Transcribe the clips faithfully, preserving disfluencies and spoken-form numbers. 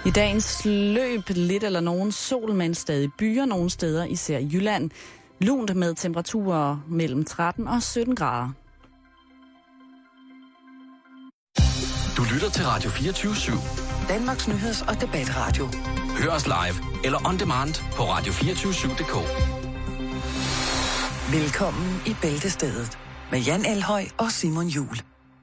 I dagens løb lidt eller nogen sol, men stadig byer nogle steder, især i Jylland. Lunt med temperaturer mellem tretten og sytten grader. Du lytter til Radio fireogtyve syv. Danmarks nyheds- og debatradio. Hør os live eller on demand på radio to fire syv punktum d k. Velkommen i Bæltestedet med Jan Elhøj og Simon Juhl.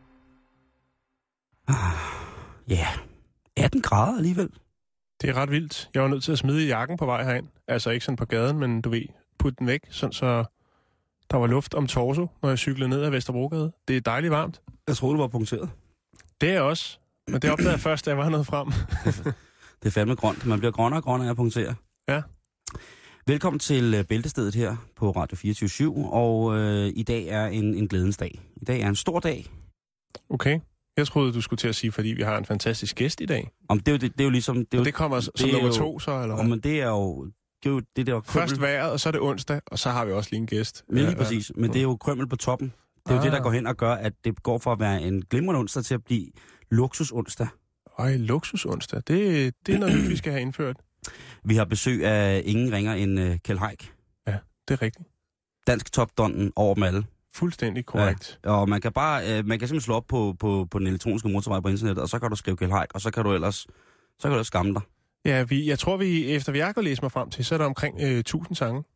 Ja, yeah. atten grader alligevel. Det er ret vildt. Jeg var nødt til at smide jakken på vej herind. Altså ikke sådan på gaden, men du ved, putte den væk, sådan så der var luft om torso, når jeg cyklede ned ad Vesterbrogade. Det er dejligt varmt. Jeg troede, du var punkteret. Det er også. Men det opdagede jeg først, da jeg var nået frem. Det er fandme grønt. Man bliver grønnere og grønnere af at punktere. Ja. Velkommen til Bæltestedet her på Radio fireogtyve syv, og øh, i dag er en, en glædens dag. I dag er en stor dag. Okay. Jeg troede, du skulle til at sige, fordi vi har en fantastisk gæst i dag. Om det, er jo, det, det er jo ligesom... Det, er jo, det kommer som det nummer jo, to, så, eller hvad? Men det er jo... Det er jo det der Først vejret, og så er det onsdag, og så har vi også lige en gæst. Men lige præcis. Men det er jo krømmel på toppen. Det er jo ah. det, der går hen og gør, at det går fra at være en glimrende onsdag til at blive luksusonsdag. Øj, luksusonsdag. Det, det er noget, vi skal have indført. Vi har besøg af ingen ringer end uh, Kjeld Haik. Ja, det er rigtigt. Dansk topdonnen over dem alle. Fuldstændig korrekt. Ja, og man kan bare, uh, man kan simpelthen slå op på, på, på den elektroniske motorvej på internettet, og så kan du skrive Kjeld Haik, og så kan du ellers, så kan du ellers skamme dig. Ja, vi, jeg tror, vi efter vi har kunnet læse mig frem til, så er der omkring uh, tusind sange,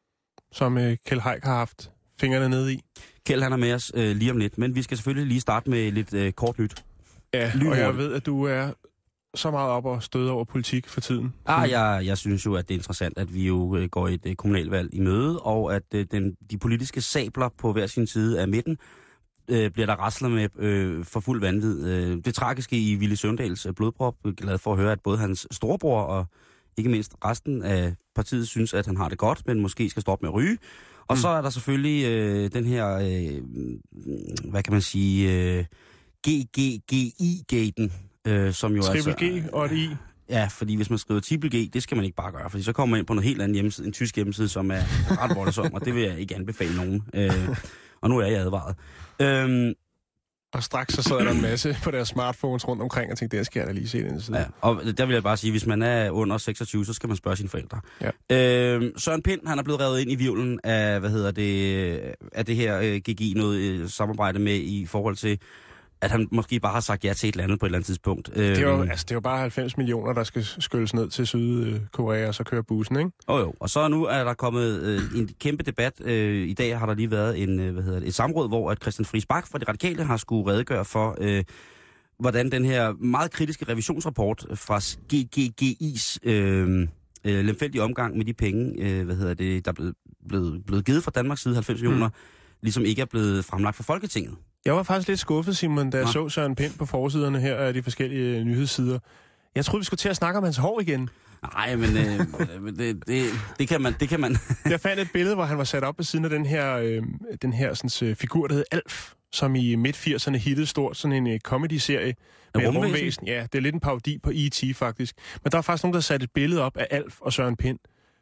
som uh, Kjeld Haik har haft fingrene nede i. Kjeld, han er med os uh, lige om lidt, men vi skal selvfølgelig lige starte med lidt uh, kort nyt. Ja, Lynord. Og jeg ved, at du er så meget op og støder over politik for tiden. Ah, jeg, jeg synes jo, at det er interessant, at vi jo uh, går et uh, kommunalvalg i møde, og at uh, den, de politiske sabler på hver sin side af midten uh, bliver der raslet med uh, for fuld vanvid. Uh, det tragiske i Villy Søvndals uh, blodprop, jeg er glad for at høre, at både hans storebror og ikke mindst resten af partiet synes, at han har det godt, men måske skal stoppe med at ryge. Og mm. så er der selvfølgelig øh, den her, øh, hvad kan man sige, øh, G G G I-gaten, øh, som jo Triple altså... G og et I. Ja, fordi hvis man skriver triple G, det skal man ikke bare gøre, fordi så kommer man ind på noget helt andet hjemmeside, en tysk hjemmeside, som er ret voldsom, og det vil jeg ikke anbefale nogen. Øh, og nu er jeg advaret. Øh, Og straks så sidder der en masse på deres smartphones rundt omkring, og tænkte, det skal jeg da lige se den side. Ja, og der vil jeg bare sige, hvis man er under seksogtyve, så skal man spørge sine forældre. Ja. Øh, Søren Pind, han er blevet revet ind i hvirvlen af, hvad hedder det, af det her øh, G G I noget øh, samarbejde med i forhold til, at han måske bare har sagt ja til et eller andet på et eller andet tidspunkt. Det er jo, altså, det er jo bare halvfems millioner, der skal skylles ned til Sydkorea, og så kører bussen, ikke? Åh oh, jo, og så nu er der kommet øh, en kæmpe debat. Øh, I dag har der lige været en, øh, hvad hedder det, et samråd, hvor at Christian Friis Bach fra De Radikale har skulle redegøre for, øh, hvordan den her meget kritiske revisionsrapport fra G G G I's øh, øh, lemfældige omgang med de penge, øh, hvad hedder det, der er blevet, blevet, blevet givet fra Danmarks side, halvfems millioner, mm. ligesom ikke er blevet fremlagt for Folketinget. Jeg var faktisk lidt skuffet, Simon, da jeg ja. så Søren Pind på forsiderne her af de forskellige nyhedssider. Jeg troede, vi skulle til at snakke om hans hår igen. Nej, men øh, det, det, det kan man... Det kan man. Jeg fandt et billede, hvor han var sat op ved siden af den her, øh, den her sådan, uh, figur, der hed Alf, som i midt firserne hittede stort, sådan en uh, comedy-serie med rumvæsen. rumvæsen. Ja, det er lidt en parodi på E T faktisk. Men der var faktisk nogen, der satte et billede op af Alf og Søren Pind.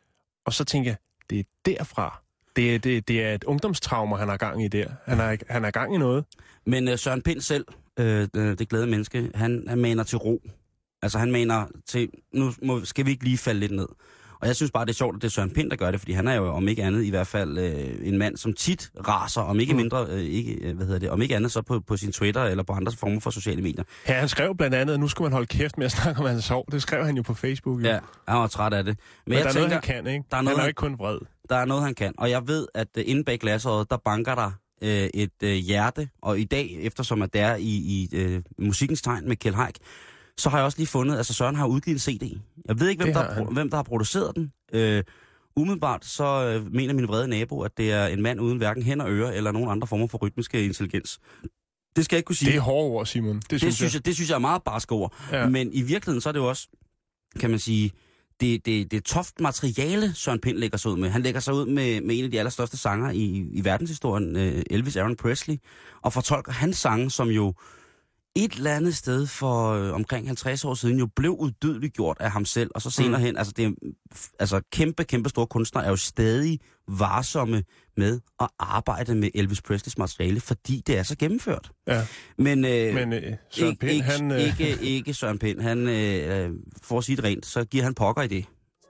Og så tænkte jeg, det er derfra. Det, det, det er et ungdomstraumer, han har gang i der. Han har, han har gang i noget. Men uh, Søren Pind selv, øh, det glade menneske, han, han maner til ro. Altså han maner til, nu må, skal vi ikke lige falde lidt ned. Og jeg synes bare, det er sjovt, at det er Søren Pind, der gør det, fordi han er jo om ikke andet i hvert fald øh, en mand, som tit raser, om ikke mindre, øh, ikke, hvad hedder det, om ikke andet så på, på sin Twitter eller på andre former for sociale medier. Ja, han skrev blandt andet, at nu skulle man holde kæft med at snakke om hans hår. Det skrev han jo på Facebook. Jo. Ja, han var træt af det. Men, Men jeg der er tænker, noget, han kan, ikke? Der er noget, han er jo ikke kun vred. Der er noget, han kan. Og jeg ved, at uh, inde bag glasåret, der banker der uh, et uh, hjerte. Og i dag, eftersom at det er i, i uh, musikkens tegn med Kjeld Haik, så har jeg også lige fundet, altså Søren har udgivet en C D. Jeg ved ikke, hvem, der, hvem der har produceret den. Uh, umiddelbart så uh, mener min vrede nabo, at det er en mand uden hverken hænder, ører eller nogen andre former for rytmiske intelligens. Det skal jeg ikke kunne sige. Det er hårde ord, Simon. Det, det, synes, synes jeg. jeg, det synes jeg er meget barske ord. Ja. Men i virkeligheden så er det jo også, kan man sige, det, det, det er toft materiale, Søren Pind lægger sig ud med. Han lægger sig ud med, med en af de allerstørste sanger i, i verdenshistorien, uh, Elvis Aaron Presley, og fortolker hans sange, som jo et eller andet sted for øh, omkring halvtreds år siden jo blev udødeligt gjort af ham selv, og så senere mm. hen, altså det er, altså kæmpe, kæmpe store kunstnere er jo stadig varsomme med at arbejde med Elvis Presleys materiale, fordi det er så gennemført. Ja. Men, øh, Men øh, Søren Pind, ikke, han... Øh... Ikke, ikke Søren Pind, han, øh, for at sige det rent, så giver han pokker i det.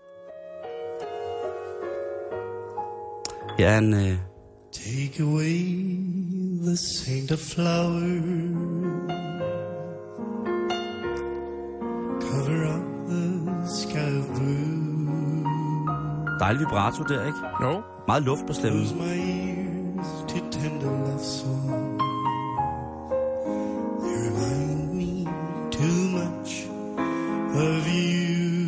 Ja, han... Øh... Take away the scent of flowers, cover up the sky of blue. Dejlig vibrato der, ikke? Jo. Meget luft på stemmen. Close my ears to tender love songs. They remind me too much of you.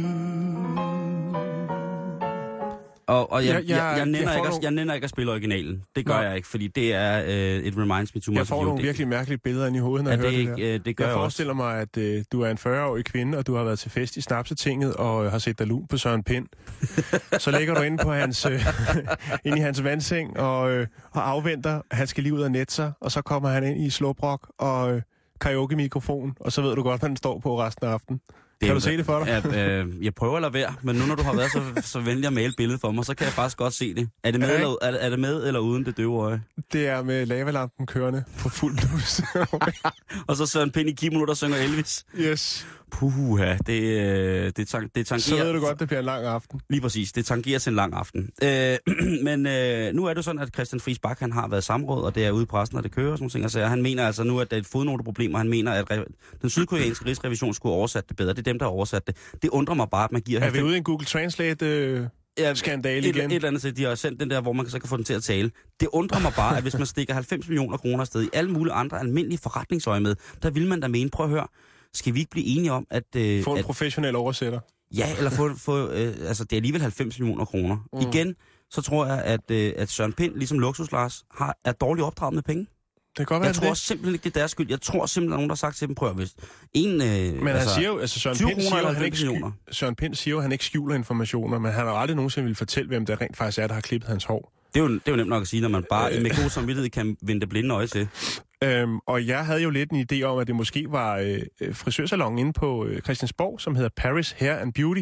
Og, og jeg, jeg, jeg, jeg, jeg, nænder jeg, ikke, nogle... at, jeg nænder ikke at spille originalen. Det gør Nå. jeg ikke, fordi det er øh, et reminds me too much. Jeg får of you. nogle det, virkelig mærkelige billeder ind i hovedet, når ja, jeg hører det, det der. øh, det gør jeg jeg forestiller mig, at øh, du er en fyrre-årig kvinde, og du har været til fest i Snapsetinget og øh, har set dig lun på Søren Pind. Så ligger du inde på hans, øh, inde i hans vandseng og, øh, og afventer, at han skal lige ud og nette sig, og så kommer han ind i slåbrok og øh, karaoke-mikrofon, og så ved du godt, hvad den står på resten af aftenen. det Kan du se det for dig? Ja, øh, jeg prøver at lade være, men nu når du har været så, så venlig at male billedet for mig, så kan jeg faktisk godt se det. Er det med, Ja, eller, er, er det med eller uden det døve øje? Det er med lavalampen kørende på fuld blus. Og så Søren Pind i ti minutter synger Elvis. Yes. Puha, det, øh, det, tang, det tangerer... Så ved du godt, det bliver en lang aften. Lige præcis, det tangerer til en lang aften. Øh, men øh, nu er det sådan, at Christian Friis Bach, han har været i samråd, og det er ude i pressen, og det kører og sådan ting. Altså, han mener altså nu, at der er et fodnoteproblem, og han mener, at re- den sydkoreanske rigsrevision skulle have oversat det bedre. Det er dem, der har oversat det. Det undrer mig bare, at man giver... Er vi ude i en Google Translate... Øh... Ja, skandale et, igen. Et eller andet sted, de har sendt den der, hvor man så kan få den til at tale. Det undrer mig bare, at hvis man stikker halvfems millioner kroner afsted i alle mulige andre almindelige forretningsøje med, der vil man da mene, prøv at høre, skal vi ikke blive enige om, at... Øh, få en at, professionel oversætter. Ja, eller få... få øh, altså, det er alligevel halvfems millioner kroner. Mm. Igen, så tror jeg, at, øh, at Søren Pind, ligesom Luksus Lars, har, er dårligt opdraget med penge. Det kan godt være, jeg tror det. simpelthen ikke, det er deres skyld. Jeg tror simpelthen, der er nogen, der har sagt til dem, prøv at vist. En, øh, men altså, han siger jo, altså Søren Pind siger, han ikke skjuler, Søren Pind siger jo, at han ikke skjuler informationer, men han har aldrig nogensinde ville fortælle, hvem der rent faktisk er, der har klippet hans hår. Det er jo, det er jo nemt nok at sige, når man bare med god samvittighed kan vende det blinde øje til. Øhm, og jeg havde jo lidt en idé om, at det måske var øh, frisørsalongen inde på øh, Christiansborg, som hedder Paris Hair and Beauty.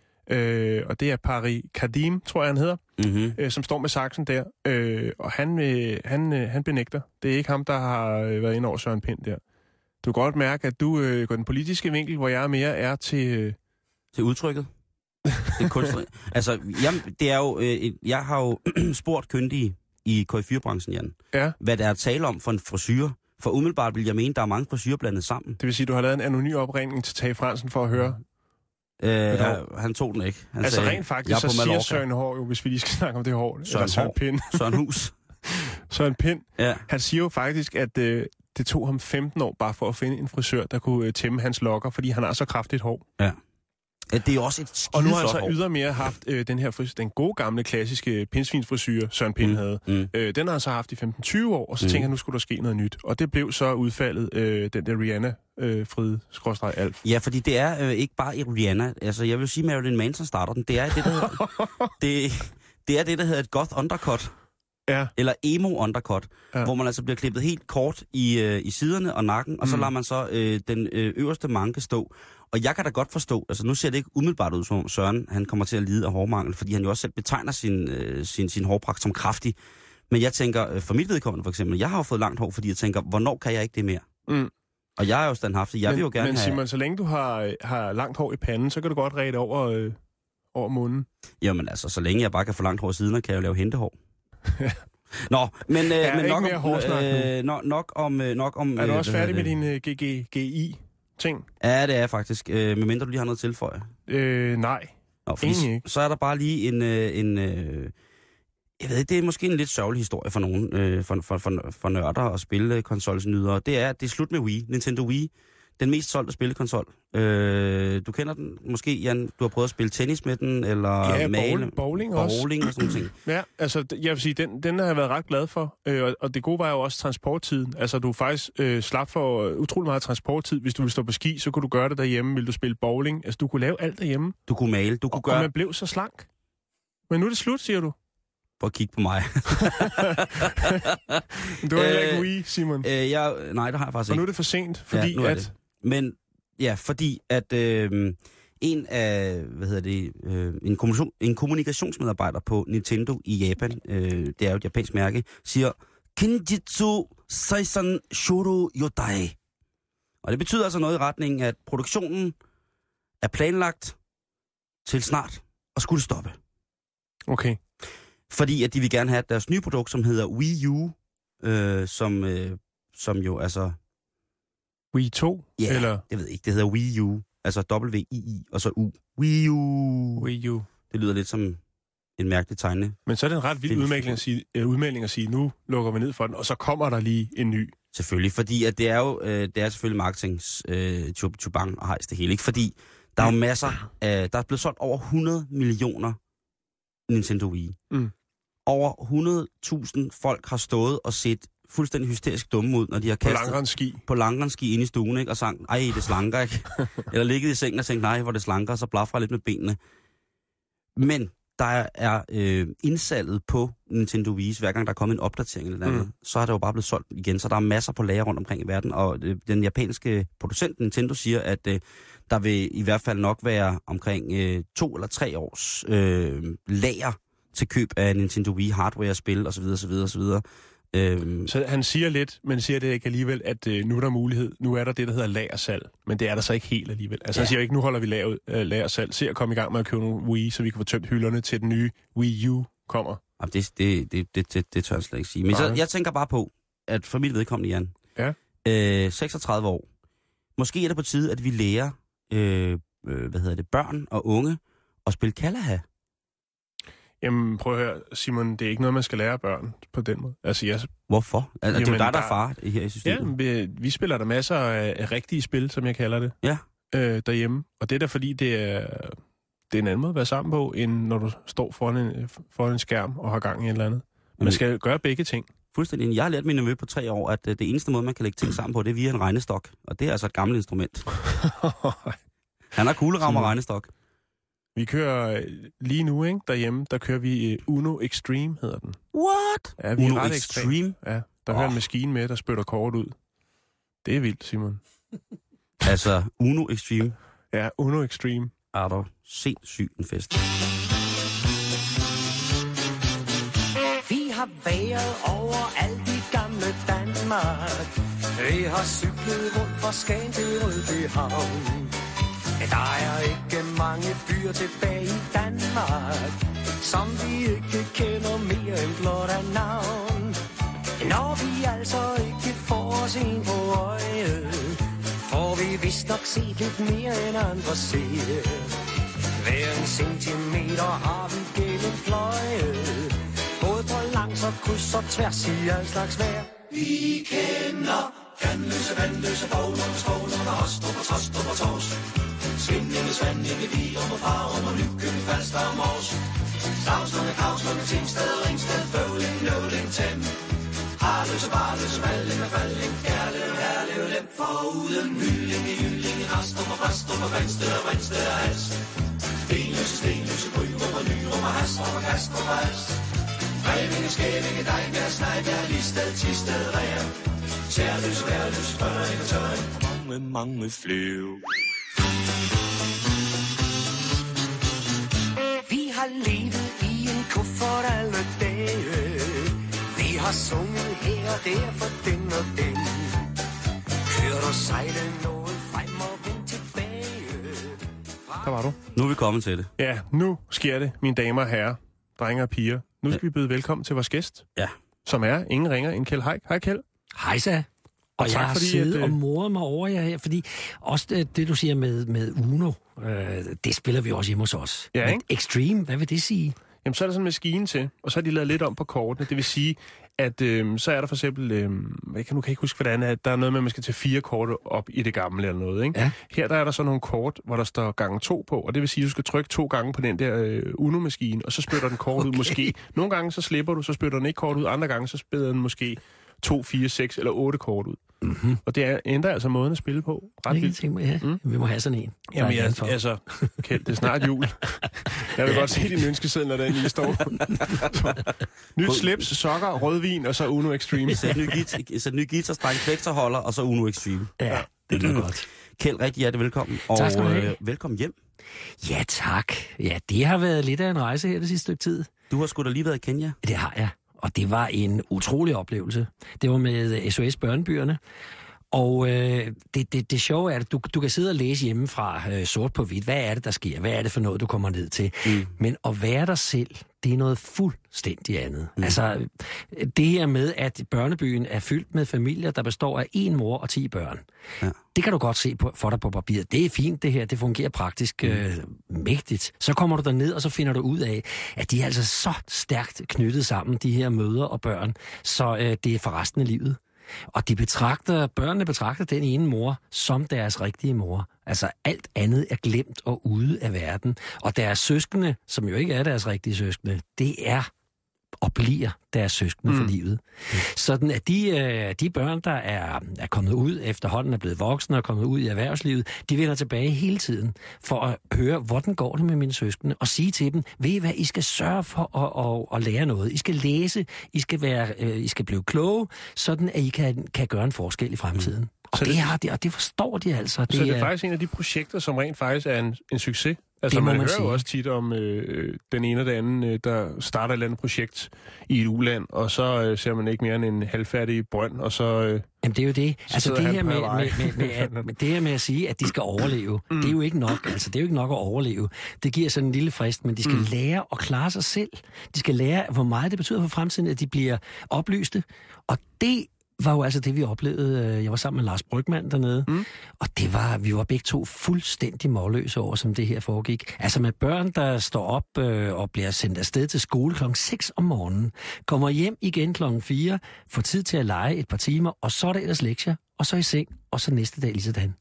Øh, og det er Paris Kadim, tror jeg, han hedder, mm-hmm. øh, som står med saksen der. Øh, og han, øh, han, øh, han benægter. Det er ikke ham, der har øh, været inde over Søren Pind der. Du kan godt mærke, at du øh, går den politiske vinkel, hvor jeg mere er til... Øh... Til udtrykket? Det kunstner... altså, jeg, det er jo, øh, jeg har jo spurgt kyndige i K fire branchen, Jan, ja. hvad det er at tale om for en frisyr. For umiddelbart vil jeg mene, der er mange frisyrer blandet sammen. Det vil sige, du har lavet en anonym opringning til Tage Fransen for at høre... Øh, ja, han tog den ikke. Han altså sagde, rent faktisk, så siger Søren Hår jo, hvis vi lige skal snakke om det hår. Søren, Søren Pind. Søren Hus. Søren Pind. Ja. Han siger jo faktisk, at øh, det tog ham femten år bare for at finde en frisør, der kunne øh, tæmme hans lokker, fordi han har så kraftigt hår. Ja. Det er også et skideflot hår. Og nu har han så ydermere haft øh, den her frisyr, den gode gamle klassiske pindsvinsfrisyr, Søren Pind mm. havde. Mm. Øh, den har han så haft i femten tyve år, og så mm. tænker han, nu skulle der ske noget nyt. Og det blev så udfaldet, øh, den der Rihanna øh, Fride skråstreg Alf. Ja, fordi det er øh, ikke bare i Rihanna. Altså, jeg vil sige, Marilyn Manson starter den. Det er det, der hedder, det, det er det, der hedder et goth undercut. Ja. Eller emo undercut, ja. Hvor man altså bliver klippet helt kort i, øh, i siderne og nakken, og så mm. lader man så øh, den øh, øverste manke stå. Og jeg kan da godt forstå, altså nu ser det ikke umiddelbart ud som Søren, han kommer til at lide af hårmangel, fordi han jo også selv betegner sin, øh, sin, sin hårpragt som kraftig. Men jeg tænker, øh, for mit vedkommende for eksempel, jeg har jo fået langt hår, fordi jeg tænker, hvornår kan jeg ikke det mere? Mm. Og jeg er jo standhaftig, jeg men, vil jo gerne men, have... Men Simon, så længe du har, har langt hår i panden, så kan du godt ræde over, øh, over munden. Jamen altså, så længe jeg bare kan få langt hår i siden, kan jeg jo lave hentehår. Nå, men, øh, men nok, om, øh, nok, nok om... Øh, nok om er du øh, også færdig med din øh, G G G I-ting? Ja, det er jeg faktisk. Øh, medmindre du lige har noget at tilføje. Øh, nej. Nå, fordi, ikke. Så er der bare lige en... Øh, en øh, jeg ved ikke, det er måske en lidt sørgelig historie for nogen, øh, for, for, for, for nørder og spillekonsolsnydere. Det er, det er slut med Wii, Nintendo Wii. Den mest solgte spillekonsol. Øh, du kender den måske, Jan? Du har prøvet at spille tennis med den, eller ja, male, bowling, bowling også. Bowling og sådan noget. Ja, altså jeg vil sige, den, den har jeg været ret glad for. Øh, og, og det gode var jo også transporttiden. Altså du faktisk øh, slap for utrolig meget transporttid. Hvis du ville stå på ski, så kunne du gøre det derhjemme. Vil du spille bowling? Altså du kunne lave alt derhjemme. Du kunne male, du kunne og, gøre... Og man blev så slank. Men nu er det slut, siger du. på at kigge på mig. Du har heller ikke Wii, Simon. Øh, jeg, nej, det har jeg faktisk Og ikke. nu er det for sent, fordi ja, nu er at... det. Men ja, fordi at øh, en af, hvad hedder det, øh, en, kommunikation, en kommunikationsmedarbejder på Nintendo i Japan, øh, det er jo et japansk mærke, siger, Kenjitsu Seisan Shoro Yodai. Og det betyder altså noget i retningen, at produktionen er planlagt til snart at skulle stoppe. Okay. Fordi at de vil gerne have deres nye produkt, som hedder Wii U, øh, som, øh, som jo altså... Wii to? Ja, eller? jeg ved ikke, det hedder Wii U. Altså W I I og så U. Wii U. Wii U. Det lyder lidt som en mærkelig tegne. Men så er det en ret vild udmelding at, sige, uh, udmelding at sige, nu lukker vi ned for den, og så kommer der lige en ny. Selvfølgelig, fordi at det er jo øh, det er selvfølgelig marketings øh, chubang og hejs det hele. Ikke? Fordi der er jo masser af... Der er blevet solgt over hundrede millioner Nintendo Wii. Mm. Over hundrede tusind folk har stået og set fuldstændig hysterisk dumme ud, når de har kastet... På langrensski. På langrensski inde i stuen, ikke? Og sang, ej, det slanker, ikke? Eller ligget i sengen og tænkt, nej, hvor det slanker, og så blafrer lidt med benene. Men der er øh, indsalget på Nintendo Wii, hver gang der er kommet en opdatering eller andet, mm. så er det jo bare blevet solgt igen. Så der er masser på lager rundt omkring i verden, og øh, den japanske producent Nintendo siger, at øh, der vil i hvert fald nok være omkring øh, to eller tre års øh, lager til køb af Nintendo Wii hardware-spil osv. osv. osv. Øhm. Så han siger lidt, men siger det ikke alligevel, at øh, nu er der mulighed. Nu er der det, der hedder lagersalg, men det er der så ikke helt alligevel. Altså ja. Han siger ikke, nu holder vi lager, øh, lagersalg. Se at komme i gang med at købe nogle Wii, så vi kan få tømt hylderne til den nye Wii U kommer. Jamen, det, det, det, det, det, det tør jeg slet ikke sige. Men så, jeg tænker bare på, at for mit vedkommende, Jan, ja. øh, seksogtredive år, måske er det på tide, at vi lærer øh, øh, hvad hedder det, børn og unge at spille Kalaha. Jamen, prøv at høre, Simon, det er ikke noget, man skal lære børn på den måde. Altså, jeg... Hvorfor? Altså, Jamen, det er jo dig, der er der... far her i systemet. Ja, vi, vi spiller der masser af, af rigtige spil, som jeg kalder det, ja. øh, derhjemme. Og det er da fordi, det er, det er en anden måde at være sammen på, end når du står foran en, foran en skærm og har gang i et eller andet. Man skal gøre begge ting. Fuldstændig. Jeg har lært min nevø på tre år, at det eneste måde, man kan lægge ting sammen på, det er via en regnestok. Og det er altså et gammelt instrument. Han har kugleram og regnestok. Vi kører lige nu, ikke, derhjemme, der kører vi uh, Uno Extreme, hedder den. What? Ja, vi Uno er ret Extreme? Ekstrem. Ja, der oh. hører en maskine med, der spytter kort ud. Det er vildt, Simon. Altså, Uno Extreme? Ja, Uno Extreme. Er der sindssygt en fest. Vi har været over alt i gamle Danmark. Vi har cyklet rundt fra Skagen til Rødbyhavn. Der er ikke mange byer tilbage i Danmark, som vi ikke kender mere end blot af navn. Når vi altså ikke får os en på øjet, får vi vist nok set lidt mere end andre ser. Hver en centimeter har vi gennem pløjet, både på langs og kryds og tværs i al slags vejr. Vi kender Ganløse, vandløse, Boglund, Skovlund og Hostrup og Tostrup og Tors. Svindlinde, Svandlinde, Virum og Farum og Nykøbing, Falster og Mors. Stavslunde, Kavslunde, Tingsted, Ringsted, Bøvling, Løvling, Tem. Harløse, Barløse, Valling og Falling, Gærlev, Herlev, Lem. Foruden Hylling, i Hylling, i Rastrup og Rastrup og Grænsted og Grænsted og Hals. Stenløse, Stenløse, Gryrum og Nyrum og Hastrup og Kastrup og Hals. Rævinge, Skævinge, Dejbjerg, Snejbjerg, Listed, Tisted, Ræer. Tærløse, Værløse, Børring og Tøring. Mange, mange flyv. Vi har levet i en kuffert alle dage. Vi har sunget her og der for den og den. Kørt og sejlet noget frem og vendt tilbage. Der var du. Nu er vi kommet til det. Ja, nu sker det, mine damer og herrer, drenge og piger. Nu skal ja. vi byde velkommen til vores gæst. Ja. Som er ingen ringer end Kjeld Haik. Hej Kjeld. Hej så. Og, og jeg har siddet at, og moret mig over jer her, fordi også det, det du siger med, med Uno, øh, det spiller vi også hjemme hos os. Ja, ikke? Extreme, hvad vil det sige? Jamen, så er der sådan en maskine til, og så har de lavet lidt om på kortene. Det vil sige, at øh, så er der for eksempel, øh, jeg kan, nu kan jeg ikke huske, hvordan at der er noget med, at man skal tage fire kort op i det gamle eller noget, ikke? Ja. Her der er der så nogle kort, hvor der står gange to på, og det vil sige, at du skal trykke to gange på den der øh, Uno-maskine, og så spytter den kort okay. ud måske. Nogle gange så slipper du, så spytter den ikke kort ud, andre gange så spytter den måske to, fire, seks eller otte kort ud. Mm-hmm. Og det er, ændrer altså måden at spille på. Ret vildt. Ja, mm. Vi må have sådan en. Jamen, jeg, altså, Kjeld, det er snart jul. Jeg vil godt se din ønskeseddel, når den lige står. Nyt slips, sokker, rødvin, og så Uno Extreme. Sæt ny, git- sæt ny guitarstreng, plekterholder, og så Uno Extreme. Ja, det bliver godt. Kjeld, rigtig hjertelig velkommen. Og tak skal du have. Øh, velkommen hjem. Ja, tak. Ja, det har været lidt af en rejse her det sidste stykke tid. Du har sgu da lige været i Kenya. Det har jeg, og det var en utrolig oplevelse. Det var med S O S Børnebyerne. Og øh, det, det, det sjove er, at du, du kan sidde og læse hjemmefra øh, sort på hvidt. Hvad er det, der sker? Hvad er det for noget, du kommer ned til? Mm. Men at være dig selv, det er noget fuldstændig andet. Mm. Altså, det her med, at børnebyen er fyldt med familier, der består af en mor og ti børn. Ja. Det kan du godt se på, for dig på papiret. Det er fint, det her. Det fungerer praktisk øh, mægtigt. Så kommer du derned, og så finder du ud af, at de er altså så stærkt knyttet sammen, de her mødre og børn, så øh, det er for resten af livet. Og de betragter, børnene betragter den ene mor som deres rigtige mor. Altså alt andet er glemt og ude af verden. Og deres søskende, som jo ikke er deres rigtige søskende, det er og bliver deres søskende mm. for livet. Mm. Sådan at de, de børn, der er, er kommet ud efterhånden, er blevet voksne og kommet ud i erhvervslivet, de vender tilbage hele tiden for at høre, hvordan går det med mine søskende, og sige til dem, ved I hvad, I skal sørge for at, at, at lære noget. I skal læse, I skal, være, I skal blive kloge, sådan at I kan, kan gøre en forskel i fremtiden. Mm. Og, det, det har de, og det forstår de altså. Det så det er er faktisk en af de projekter, som rent faktisk er en, en succes? Altså, man, man hører sige. jo også tit om øh, den ene og den anden, øh, der starter et eller andet projekt i et uland, og så øh, ser man ikke mere end en halvfærdig brønd, og så... Øh, Jamen, det er jo det. Altså, det her med, med, med, med, at, med, det her med at sige, at de skal overleve, mm. det er jo ikke nok. Altså, det er jo ikke nok at overleve. Det giver sådan en lille frist, men de skal mm. lære at klare sig selv. De skal lære, hvor meget det betyder for fremtiden, at de bliver oplyste. Og det var jo altså det, vi oplevede. Jeg var sammen med Lars Brygmann dernede, mm. og det var, vi var begge to fuldstændig målløse over, som det her foregik. Altså med børn, der står op øh, og bliver sendt afsted til skole klokken seks om morgenen, kommer hjem igen klokken fire, får tid til at lege et par timer, og så er der ellers lektier, og så i seng, og så næste dag lige sådan.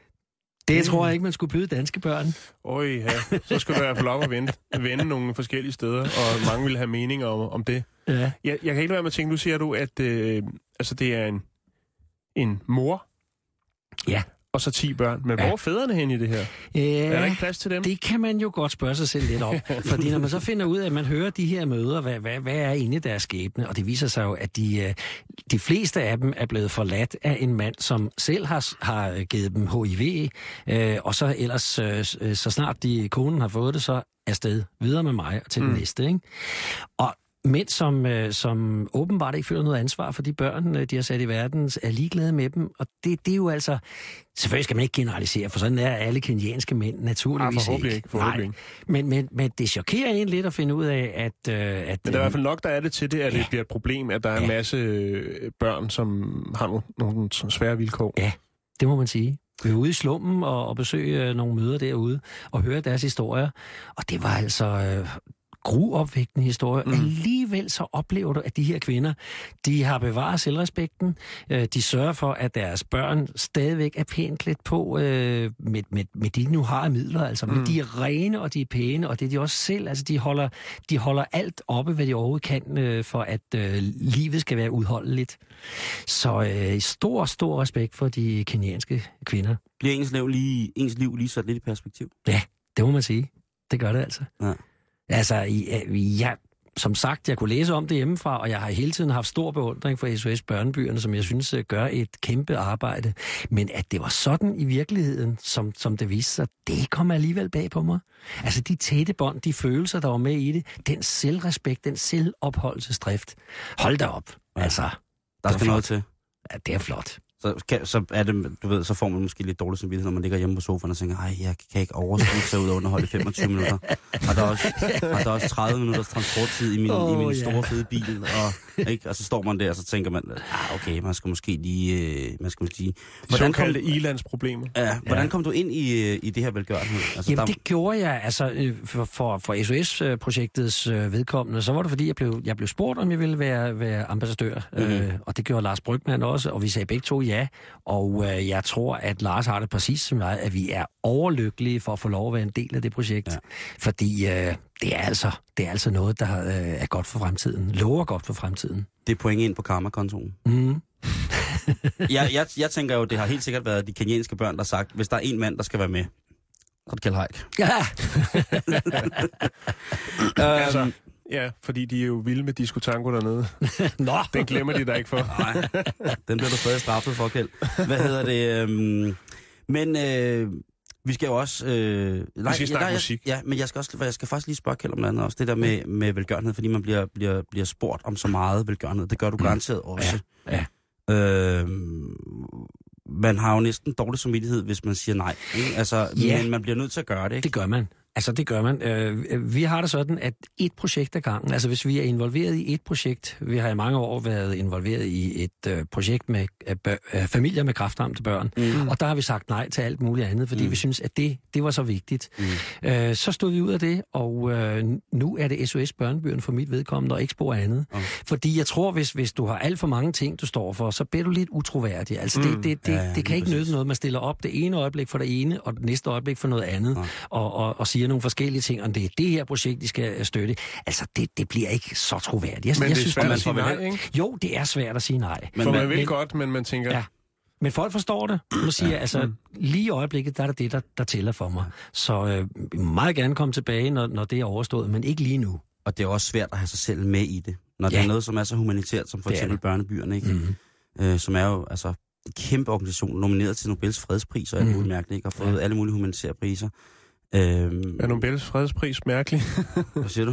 Det tror jeg ikke, man skulle byde danske børn. Øj, ja. Så skulle du i hvert fald op og vende, vende nogle forskellige steder, og mange ville have meninger om, om det. Ja. Jeg, jeg kan ikke være med at tænke, nu siger du, at øh, altså, det er en, en mor, ja, og så ti børn. Men ja. Hvor er fædrene hen i det her? Ja, er der ikke plads til dem? Det kan man jo godt spørge sig selv lidt om. Fordi når man så finder ud af, at man hører de her møder, hvad, hvad, hvad er inde i deres skæbne? Og det viser sig jo, at de, de fleste af dem er blevet forladt af en mand, som selv har, har givet dem H I V, øh, og så ellers, øh, så snart de, konen har fået det, så afsted videre med mig og til mm. den næste. Ikke? Og mænd, som, øh, som åbenbart ikke føler noget ansvar for de børn, øh, de har sat i verden, er ligeglade med dem. Og det, det er jo altså... Selvfølgelig skal man ikke generalisere, for sådan er alle kenyanske mænd naturligvis ah, forhåbentlig ikke. Forhåbentlig ikke. Men, men, men det chokerer en lidt at finde ud af, at... Øh, at men der er i hvert fald nok, der er det til det, at ja. det bliver et problem, at der er en ja. masse børn, som har nogle, nogle svære vilkår. Ja, det må man sige. Vi er ude i slummen og, og besøge nogle møder derude og høre deres historier. Og det var altså... Øh, gruopvægtende historie. Mm. Alligevel så oplever du, at de her kvinder, de har bevaret selvrespekten. De sørger for, at deres børn stadigvæk er pænt klædt på med, med, med de nu har midler. Altså, mm. de er rene, og de er pæne, og det er de også selv. Altså, de holder, de holder alt oppe, hvad de overhovedet kan, for at øh, livet skal være udholdeligt. Så øh, stor, stor respekt for de kenyanske kvinder. Bliver ens liv lige, ens liv lige sat lidt i perspektiv? Ja, det må man sige. Det gør det altså. Ja. Altså, jeg, som sagt, jeg kunne læse om det hjemmefra, og jeg har hele tiden haft stor beundring for S O S Børnebyerne, som jeg synes gør et kæmpe arbejde. Men at det var sådan i virkeligheden, som, som det viste sig, det kom alligevel bag på mig. Altså, de tætte bånd, de følelser, der var med i det, den selvrespekt, den selvopholdelsesdrift. Hold da op. Ja. Altså, der skal noget til. Ja, det er flot. Så, kan, så er det, du ved, så får man måske lidt dårlig samvittighed, når man ligger hjemme på sofaen og tænker, ej, jeg kan ikke overskue sig ud og underholde femogtyve minutter. Og der er også, og der er også tredive minutters transporttid i min, oh, i min store yeah. fede bil. Og, ikke? og så står man der, og så tænker man, ah, okay, man skal måske lige... Øh, man skal måske lige hvordan kom det ilandsproblemer. Ja, hvordan ja. kom du ind i, i det her velgørenhed? Altså, Jamen, der... det gjorde jeg, altså, for, for, for S O S-projektets vedkommende, så var det, fordi jeg blev, jeg blev spurgt, om jeg ville være, være ambassadør. Mm-hmm. Øh, og det gjorde Lars Brygmann også, og vi sagde begge to ja. Og øh, jeg tror, at Lars har det præcis som jeg, at vi er overlykkelige for at få lov at være en del af det projekt. Ja. Fordi øh, det, er altså, det er altså noget, der øh, er godt for fremtiden. Lover godt for fremtiden. Det er point ind på karma-kontoen. Mm. jeg, jeg, jeg tænker jo, det har helt sikkert været de kenyanske børn, der har sagt, hvis der er en mand, der skal være med, Og det Kjeld Haik. Ja. altså, ja, fordi de er jo vilde med disco tango dernede. Nå. Den glemmer de der ikke for. Nej, den bliver du stadig straffet for, Kjeld. Hvad hedder det? Øhm, men øh, vi skal jo også... Øh, vi skal snakke jeg, musik. Ja, men jeg skal, også, jeg skal faktisk lige spørge Kjeld om noget andet også. Det der med, med velgørenhed, fordi man bliver, bliver, bliver spurgt om så meget velgørenhed. Det gør du garanteret mm. også. Ja, ja. Øh, man har jo næsten dårlig samvittighed, hvis man siger nej. Ikke? Altså, ja. Men man bliver nødt til at gøre det, ikke? Det gør man. Altså, det gør man. Øh, vi har det sådan, at et projekt ad gangen, altså hvis vi er involveret i et projekt, vi har i mange år været involveret i et øh, projekt med øh, bør, øh, familier med kræftramte børn, mm. og der har vi sagt nej til alt muligt andet, fordi mm. vi synes, at det, det var så vigtigt. Mm. Øh, så stod vi ud af det, og øh, nu er det S O S Børnebyerne for mit vedkommende, og ikke spor andet. Mm. Fordi jeg tror, hvis, hvis du har alt for mange ting, du står for, så bliver du lidt utroværdig. Altså, mm. det, det, det, ja, ja, det kan ikke nytte noget, man stiller op det ene øjeblik for det ene, og det næste øjeblik for noget andet, mm. og, og, og siger nogle forskellige ting, om det er det her projekt, de skal støtte. Altså, det, det bliver ikke så troværdigt. Jeg, men jeg det er synes, svært man at sige nej, ikke? Jo, det er svært at sige nej. Men, for man, man vil men, godt, men man tænker... Ja. Men folk forstår det. Nu siger jeg, altså, lige i øjeblikket, der er det det, der, der tæller for mig. Så øh, vi må meget gerne komme tilbage, når, når det er overstået, men ikke lige nu. Og det er også svært at have sig selv med i det. Når ja. det er noget, som er så humanitært, som for eksempel Børnebyerne, ikke? Mm-hmm. Øh, som er jo, altså... en kæmpe organisation, nomineret til Nobels fredspris og alt muligt mærkeligt, ikke? Og fået ja. alle mulige humanitære priser. Øhm, er Nobels fredspris mærkelig? Hvad siger du?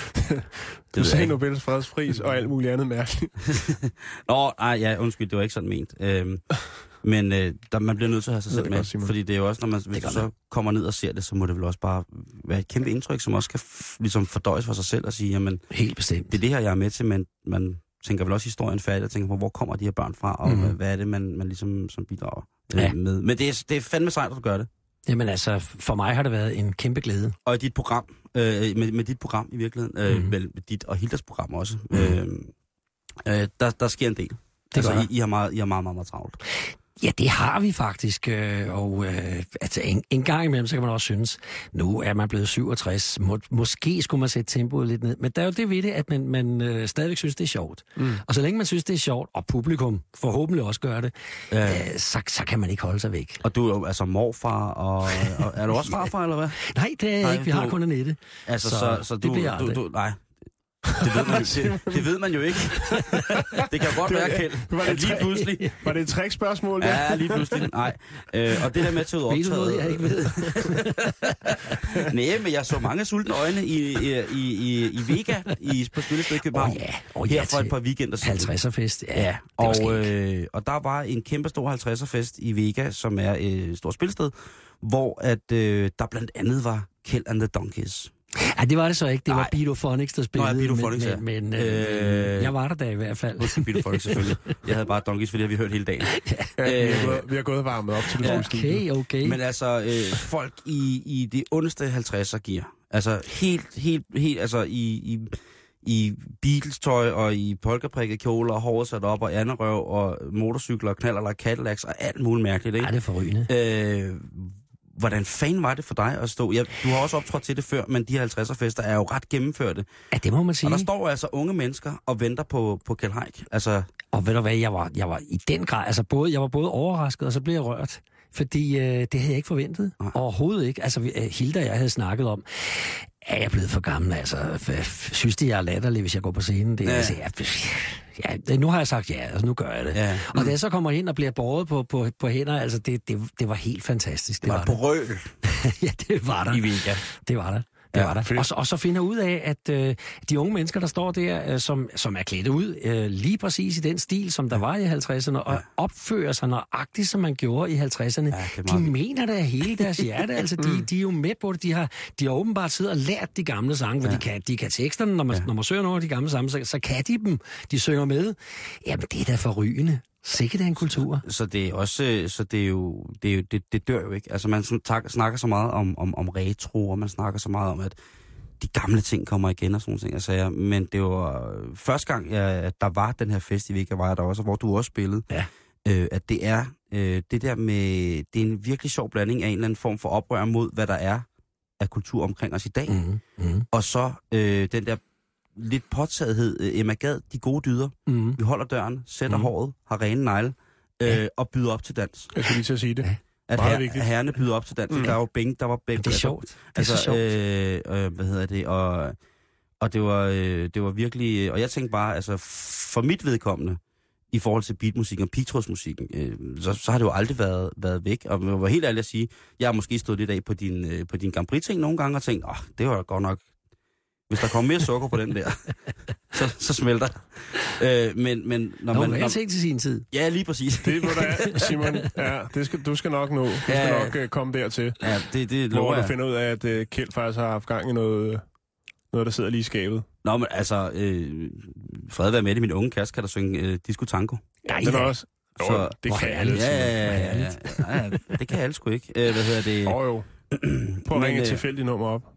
Du sagde Nobels fredspris og alt muligt andet mærkeligt. Nå, nej, ja, undskyld, det var ikke sådan ment. Øhm, men øh, der, man bliver nødt til at have sig selv med, godt, fordi det er jo også, når man hvis du så kommer ned og ser det, så må det vel også bare være et kæmpe indtryk, som også kan f- ligesom fordøjes for sig selv og sige, jamen, helt bestemt. Det er det her, jeg er med til, men man tænker vel også historien færdig og tænker på, hvor kommer de her børn fra, og mm-hmm. hvad er det, man, man ligesom som bidrager ja. med. Men det er, det er fandme sejt, at du gør det. Jamen altså, for mig har det været en kæmpe glæde. Og i dit program, øh, med, med dit program i virkeligheden, øh, mm-hmm. vel, dit og Hildas program også, mm-hmm. øh, øh, der, der sker en del. Det altså, I, I, har meget, I har meget, meget, meget travlt. Ja, det har vi faktisk, og øh, altså en, en gang imellem, så kan man også synes, nu er man blevet syvogtres, må, måske skulle man sætte tempoet lidt ned, men der er jo det ved det, at man, man øh, stadigvæk synes, det er sjovt. Mm. Og så længe man synes, det er sjovt, og publikum forhåbentlig også gør det, ja. øh, så, så kan man ikke holde sig væk. Og du er jo altså morfar, og, og er du også farfar, eller hvad? Nej, det er jeg ikke, vi du, har kun Annette. Altså, så, så, så du, det bliver du, du, nej. Det ved, man, det, det ved man jo ikke. Det kan godt være, Kjeld. Var det lige pludselig? Var det et trickspørgsmål? Ja, lige pludselig. Nej. Øh, og det der med at tage ud optaget... Ved du noget, jeg ikke ved? Nej, men jeg så mange sultne øjne i, i, i, i Vega i, på Spillested i København. Oh, ja. Oh, ja, her for et par weekender siden. halvtredser-fest, ja. ja. Og, øh, og der var en kæmpe stor halvtredser-fest i Vega, som er et stort spilsted, hvor at, øh, der blandt andet var Kjeld and the Donkeys. Ja, det var det så ikke. Det Ej. var Beatophonics, der spillede. Nå, ja, Beatophonics, men, ja. Men, øh, øh, jeg var der da i hvert fald. Husk Beatophonics selvfølgelig. Jeg havde bare Donkeys, fordi det har vi hørt hele dagen. Ja, øh, vi, har gået, vi har gået varmet op til det. Ja, okay, okay. Men altså, øh, folk i, i det ondeste halvtredser gear. Altså, helt, helt, helt, altså i... i i Beatles-tøj og i polkaprikket kjoler og håret sat op og anderrøv og motorcykler og knaller og Cadillacs og alt muligt mærkeligt, ikke? Ja, det er forrygende. Øh, hvordan fanden var det for dig at stå? Ja, du har også optrådt til det før, men de her halvtredser-fester er jo ret gennemførte. Ja, det må man sige. Og der står altså unge mennesker og venter på, på Kjeld Haik. Altså... Og ved du hvad, jeg var, jeg var i den grad, altså både, jeg var både overrasket, og så blev jeg rørt. Fordi øh, det havde jeg ikke forventet. Nej. Overhovedet ikke. Altså, Hilda og jeg havde snakket om, er jeg blevet for gammel? Altså, synes de, jeg er latterlig, hvis jeg går på scenen? Det, ja. Altså, ja, ja, nu har jeg sagt ja, altså nu gør jeg det. Ja. Mm. Og da jeg så kommer ind og bliver båret på, på, på hænder, altså det, det, det var helt fantastisk. Det, det var, var brøl. Ja, det var der. I Vega. Det var der. Det ja, var der. Og så, og så finder ud af, at øh, de unge mennesker, der står der, øh, som, som er klædt ud øh, lige præcis i den stil, som der var i halvtredserne, ja. Og opfører sig nøjagtigt, som man gjorde i halvtredserne, ja, de mener det af hele deres hjerte. Altså, de, de er jo med på det. De har, de har åbenbart siddet og lært de gamle sange, for ja. de, kan, de kan teksterne. Når man, ja. når man søger nogle af de gamle sange, så, så kan de dem. De synger med. Jamen, det er da forrygende. Sikkert er en kultur. Så, så det er også, så det er jo, det, er jo, det, det dør jo ikke. Altså man snakker så meget om, om, om retro, og man snakker så meget om, at de gamle ting kommer igen og sådan nogle ting, jeg sagde. Men det var første gang, at der var den her fest i Vega, var jeg der også, hvor du også spillede. Ja. Øh, at det er øh, det der med, det er en virkelig sjov blanding af en eller anden form for oprør mod, hvad der er af kultur omkring os i dag. Mm-hmm. Mm-hmm. Og så øh, den der lidt påtagethed, Emma Gad, de gode dyder. Mm. Vi holder døren, sætter mm. håret, har rene negle, øh, ja. og byder op til dans. Jeg skal lige til at sige det. Ja. at her, herrerne byder op til dans. Mm. Der var bing, der var bing. Det er sjovt. Det er altså, så sjovt. Øh, øh, hvad hedder det? Og, og det var, øh, det var virkelig... Og jeg tænkte bare, altså for mit vedkommende, i forhold til beatmusikken og pigtrådsmusikken, øh, så, så har det jo aldrig været, været væk. Og jeg var helt ærlig at sige, jeg har måske stået lidt af på din, øh, på din Grand Prix-ting nogle gange og tænkt, åh, det var godt nok... Hvis der kommer mere sukker på den der, så, så smelter øh, men, men når Nå, man... Nå, jeg tænkte til sin tid. Ja, lige præcis. Det må der, Simon. Ja, det skal, du skal nok nå. Du skal ja, nok uh, komme dertil. Ja, det, det hvor lover du finder ud af, at uh, Kjeld faktisk har haft gang i noget, noget der sidder lige i skabet. Nå, men altså, øh, fred være med det. Min unge kæreste kan der synge øh, disco tango. Ja, det er også... Jo, så, det kan alle. Ja, ja, ja, ja, ja, ja, det kan alle sgu ikke. Øh, hvad hedder det? Åh oh, jo. Prøv at ringe et tilfældigt nummer op.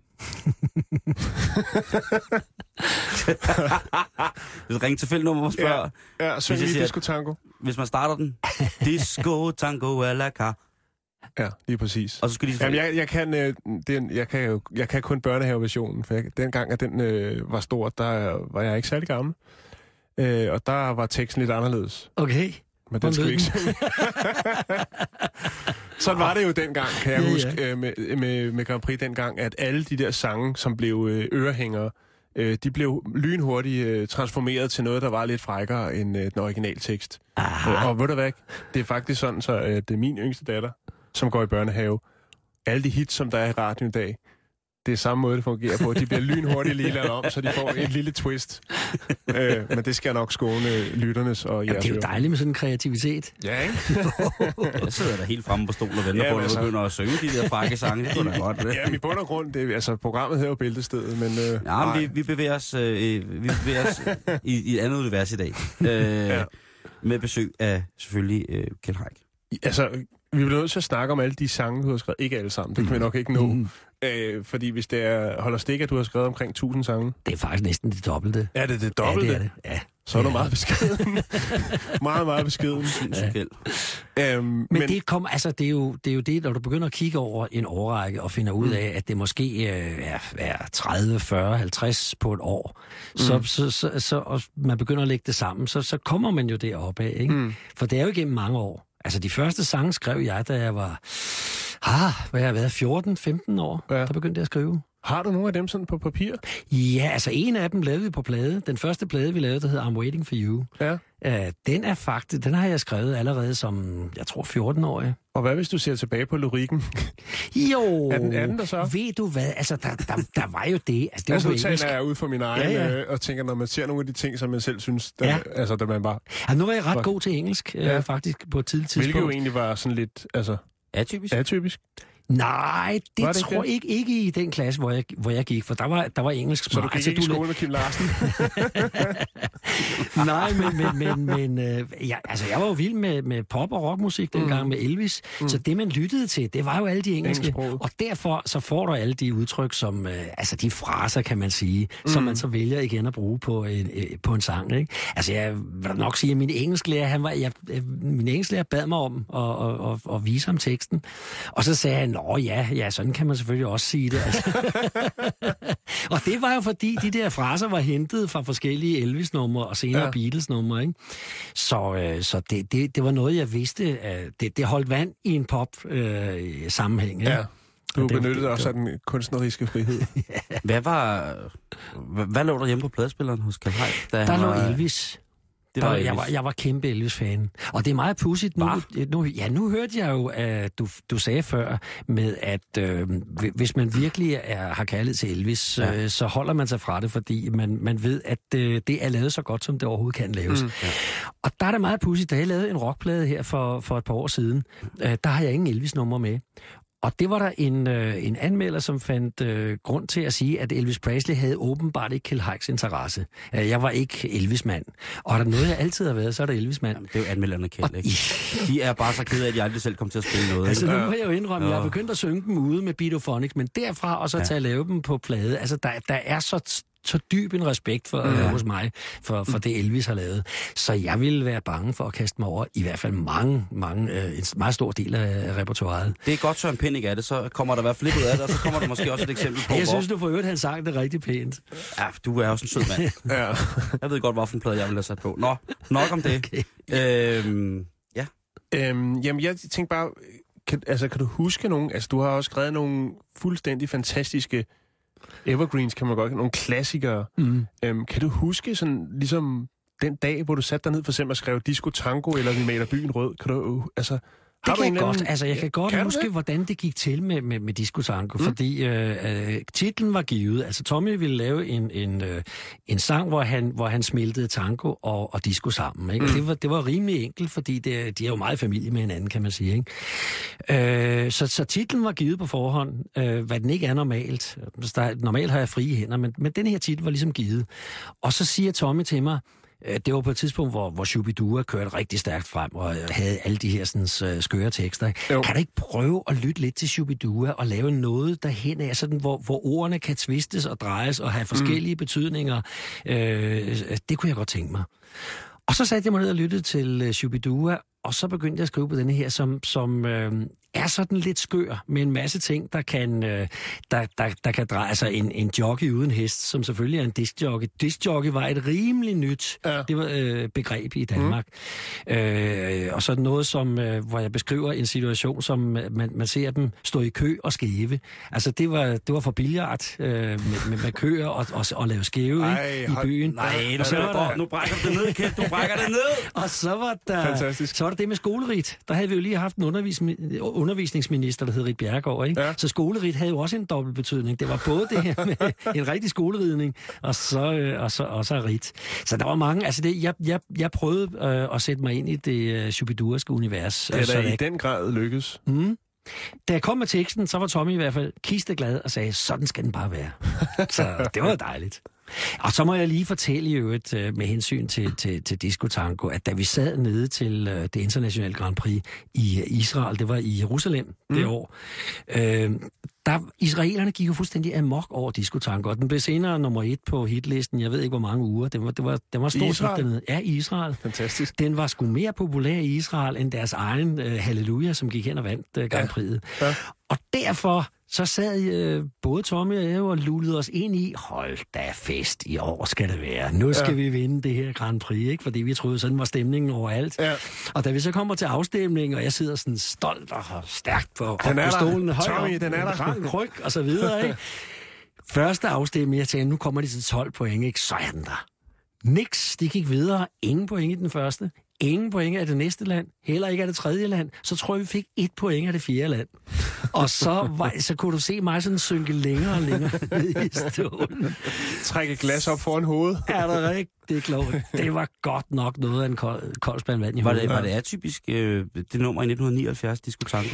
Hvis ringe tilfældigt nummer og spørger. Ja, ja, syng lige disco tango. Hvis man starter den. Disco tango a la car. Ja, lige præcis. Og så skal de... Jamen, jeg, jeg, kan, øh, den, jeg, kan jo, jeg kan kun børnehaveversionen, for jeg, dengang, at den øh, var stor, der var jeg ikke særlig gammel. Øh, og der var teksten lidt anderledes. Okay. Men den skulle ikke synge. Sådan var det jo dengang, kan jeg ja, huske, ja. Med, med, med Grand Prix dengang, at alle de der sange, som blev øh, ørehængere, øh, de blev lynhurtigt øh, transformeret til noget, der var lidt frækkere end øh, den originale tekst. Øh, og ved du hvad, det er faktisk sådan, så øh, det er min yngste datter, som går i børnehave. Alle de hits, som der er i radioen i dag, det er samme måde, det fungerer på. De bliver lynhurtigt lige lavet om, så de får et lille twist. øh, men det skal nok skåne lytternes og jeres. Det er jo dejligt med sådan en kreativitet. Ja, ikke? Jeg sidder der helt fremme på stolen og venter ja, på, at altså... begynder at synge de der frække sange. Det kunne da godt. Det. Ja, men i bund og grund, det, altså programmet hedder jo Bæltestedet, men... Øh, ja, men vi, vi bevæger os, øh, vi bevæger os i, i et andet univers i dag. Øh, ja. Med besøg af selvfølgelig øh, Kjeld Haik. Altså, vi bliver nødt til at snakke om alle de sange, du har skrevet. Ikke alle sammen, det kan vi nok ikke nå. Mm. Øh, fordi hvis det er, holder stik, at du har skrevet omkring tusind sange... Det er faktisk næsten det dobbelte. Er det det dobbelte? Ja, det er det. Ja. Så er du meget beskeden. meget, meget beskeden. Ja. Øhm, men, men det, kom, altså, det, er jo, det er jo det, når du begynder at kigge over en årrække og finder ud af, at det måske øh, er, er tredive, fyrre, halvtreds på et år, mm. så, så, så, så og man begynder at lægge det sammen, så, så kommer man jo deroppe af. Ikke? Mm. For det er jo igennem mange år. Altså, de første sange skrev jeg, da jeg var... Ah, hvad har jeg været? fjorten femten år, ja. Der begyndte jeg at skrive. Har du nogle af dem sådan på papir? Ja, altså en af dem lavede vi på plade. Den første plade, vi lavede, der hedder I'm Waiting for You. Ja. Uh, den er faktisk, den har jeg skrevet allerede som, jeg tror, fjorten-årig. Og hvad hvis du ser tilbage på lyrikken? Jo, er den, er den der så? Ved du hvad, altså der, der, der var jo det. Altså, det altså var nu taler jeg ud fra min egen, ja, ja. Og tænker, når man ser nogle af de ting, som man selv synes, der, ja. altså der man bare... Ja, nu var jeg ret for... god til engelsk, ja. uh, faktisk, på et tidligt tidspunkt. Hvilket jo egentlig var sådan lidt, altså... Atypisk? Atypisk. Nej, det, det tror jeg ikke, ikke i den klasse, hvor jeg, hvor jeg gik, for der var, der var engelsk. Så du gik altså, ikke i skole med Kim Larsen? Nej, men, men, men, men øh, ja, altså, jeg var jo vild med, med pop- og rockmusik dengang mm. med Elvis, mm. så det man lyttede til, det var jo alle de engelske. Og derfor så får du alle de udtryk, som, øh, altså de fraser, kan man sige, mm. som man så vælger igen at bruge på en, øh, på en sang. Ikke? Altså jeg vil nok sige, at min engelsklærer, han var, jeg, min engelsklærer bad mig om at, at, at, at vise ham teksten, og så sagde han, åh ja, ja, sådan kan man selvfølgelig også sige det. Altså. Og det var jo fordi, de der fraser var hentet fra forskellige Elvis-numre og senere ja. Beatles-numre. Ikke? Så, øh, så det, det, det var noget, jeg vidste. Øh, det, det holdt vand i en pop-sammenhæng. Øh, ja, du benyttede også af den kunstneriske frihed. Ja. Hvad var... Hvad, hvad lå der hjemme på pladespilleren hos Kjeld Haik? Der, der lå var... Elvis. Det var, jeg, var, jeg var kæmpe Elvis-fan. Og det er meget pudsigt. Nu, nu, ja, nu hørte jeg jo, at du, du sagde før, med at øh, hvis man virkelig er, har kærlighed til Elvis, ja. øh, så holder man sig fra det, fordi man, man ved, at øh, det er lavet så godt, som det overhovedet kan laves. Mm, ja. Og der er det meget pudsigt. Da jeg lavede en rockplade her for, for et par år siden, øh, der har jeg ingen Elvis-nummer med. Og det var der en, øh, en anmelder, som fandt øh, grund til at sige, at Elvis Presley havde åbenbart ikke Kjeld Haiks interesse. Øh, jeg var ikke Elvis-mand. Og er der noget, jeg altid har været, så er det Elvis-mand. Jamen, det er jo anmelderne Kjeld, ikke? De er bare så kede af, at de aldrig selv kom til at spille noget. Altså, nu må jeg jo indrømme, at jeg har begyndt at synge dem ude med Beatophonics, men derfra og så ja. Til at lave dem på plade. Altså, der, der er så... så dyb en respekt for, ja. øh, hos mig for, for det Elvis har lavet. Så jeg ville være bange for at kaste mig over i hvert fald mange, mange, øh, en meget stor del af repertoireet. Det er godt, Søren Pind ikke er det, så kommer der i hvert fald lidt ud af det, og så kommer der måske også et eksempel på, jeg synes, du får øvrigt, han sang det rigtig pænt. Ja, du er også en sød mand. Ja. Jeg ved godt, hvilken plade jeg vil have sat på. Nå, nok om det. Okay. Øhm, ja. Øhm, jamen, jeg tænkte bare, kan, altså, kan du huske nogen... Altså, du har også skrevet nogle fuldstændig fantastiske evergreens, kan man godt... Nogle klassikere. Mm. Øhm, kan du huske sådan ligesom den dag, hvor du satte dig ned for eksempel og skrev Disco Tango, eller Vi maler byen rød? Kan du... Altså, det kan jeg godt. Anden... Altså, jeg kan godt kan huske, hvordan det gik til med, med, med Disco Tango, mm. fordi øh, øh, titlen var givet. Altså, Tommy ville lave en, en, øh, en sang, hvor han, hvor han smeltede tango og, og disco sammen. Ikke? Mm. Det, var, det var rimelig enkelt, fordi det, de er jo meget familie med hinanden, kan man sige. Ikke? Øh, så, så titlen var givet på forhånd, øh, hvad den ikke er normalt. Der, normalt har jeg frie hænder, men, men den her titel var ligesom givet. Og så siger Tommy til mig, det var på et tidspunkt, hvor, hvor Shubidua kørte rigtig stærkt frem og havde alle de her sådan, skøre tekster. Jo. Kan du ikke prøve at lytte lidt til Shubidua og lave noget derhen af, sådan, hvor, hvor ordene kan tvistes og drejes og have forskellige mm. betydninger? Øh, det kunne jeg godt tænke mig. Og så satte jeg mig ned og lyttede til Shubidua, og så begyndte jeg at skrive på denne her, som, som øh, er sådan lidt skør, med en masse ting, der kan, øh, der, der, der kan dreje sig. En, en jockey uden hest, som selvfølgelig er en diskjockey. Diskjockey var et rimelig nyt ja. det var, øh, begreb i Danmark. Mm. Øh, og så noget, som, øh, hvor jeg beskriver en situation, som man, man ser dem stå i kø og skæve. Altså, det var, det var for billiard øh, med, med, med køer og, og, og lave skæve Ej, ikke, i byen. Nej, nu, der, nu brækker det ned, Kjeld. Du brækker det ned! Og så var der... Fantastisk. Så var der det med skolerit. Der havde vi jo lige haft en undervis, undervisningsminister, der hed Rit Bjerregaard, ikke? Ja. Så skolerit havde jo også en dobbelt betydning. Det var både det her med en rigtig skoleridning, og så, øh, og så, og så rit. Så der var mange... Altså, det, jeg, jeg, jeg prøvede øh, at sætte mig ind i det øh, Shubiduaske univers. Det er så da i jeg... den grad lykkes. Mm. Da jeg kom med teksten, så var Tommy i hvert fald kisteglad og sagde, sådan skal den bare være. Så det var dejligt. Og så må jeg lige fortælle i øvrigt med hensyn til, til, til Disco Tango, at da vi sad nede til det internationale Grand Prix i Israel, det var i Jerusalem mm. det år, øh, der israelerne gik jo fuldstændig amok over Disco Tango, og den blev senere nummer et på hitlisten, jeg ved ikke hvor mange uger, den var, det var, den var stort set dernede. Ja, i Israel. Fantastisk. Den var sgu mere populær i Israel end deres egen uh, Halleluja, som gik hen og vandt uh, Grand Prix'et. Ja. Ja. Og derfor så sad øh, både Tommy og jeg og lulede os ind i, hold da fest, i år skal det være. Nu skal ja. vi vinde det her Grand Prix, ikke? Fordi vi troede, sådan var stemningen overalt. Ja. Og da vi så kommer til afstemningen, og jeg sidder sådan stolt og stærkt på, på stolen, højt Tommy, den er der. Rank, ryg og så videre, ikke? Første afstemning, jeg tænkte, nu kommer de til tolv point, ikke? Så er den der. Niks, de gik videre. Ingen point i den første. Ingen point af det næste land, heller ikke af det tredje land, så tror jeg, vi fik et point af det fjerde land. Og så, var, så kunne du se mig sådan synke længere og længere ned i stolen. Trække glas op foran hovedet. Er det rigtig klogt? Det var godt nok noget af en kold, kold spand vand i var hovedet. Det, var det atypisk, øh, det nummer i nitten nioghalvfjerds, Disco Tango?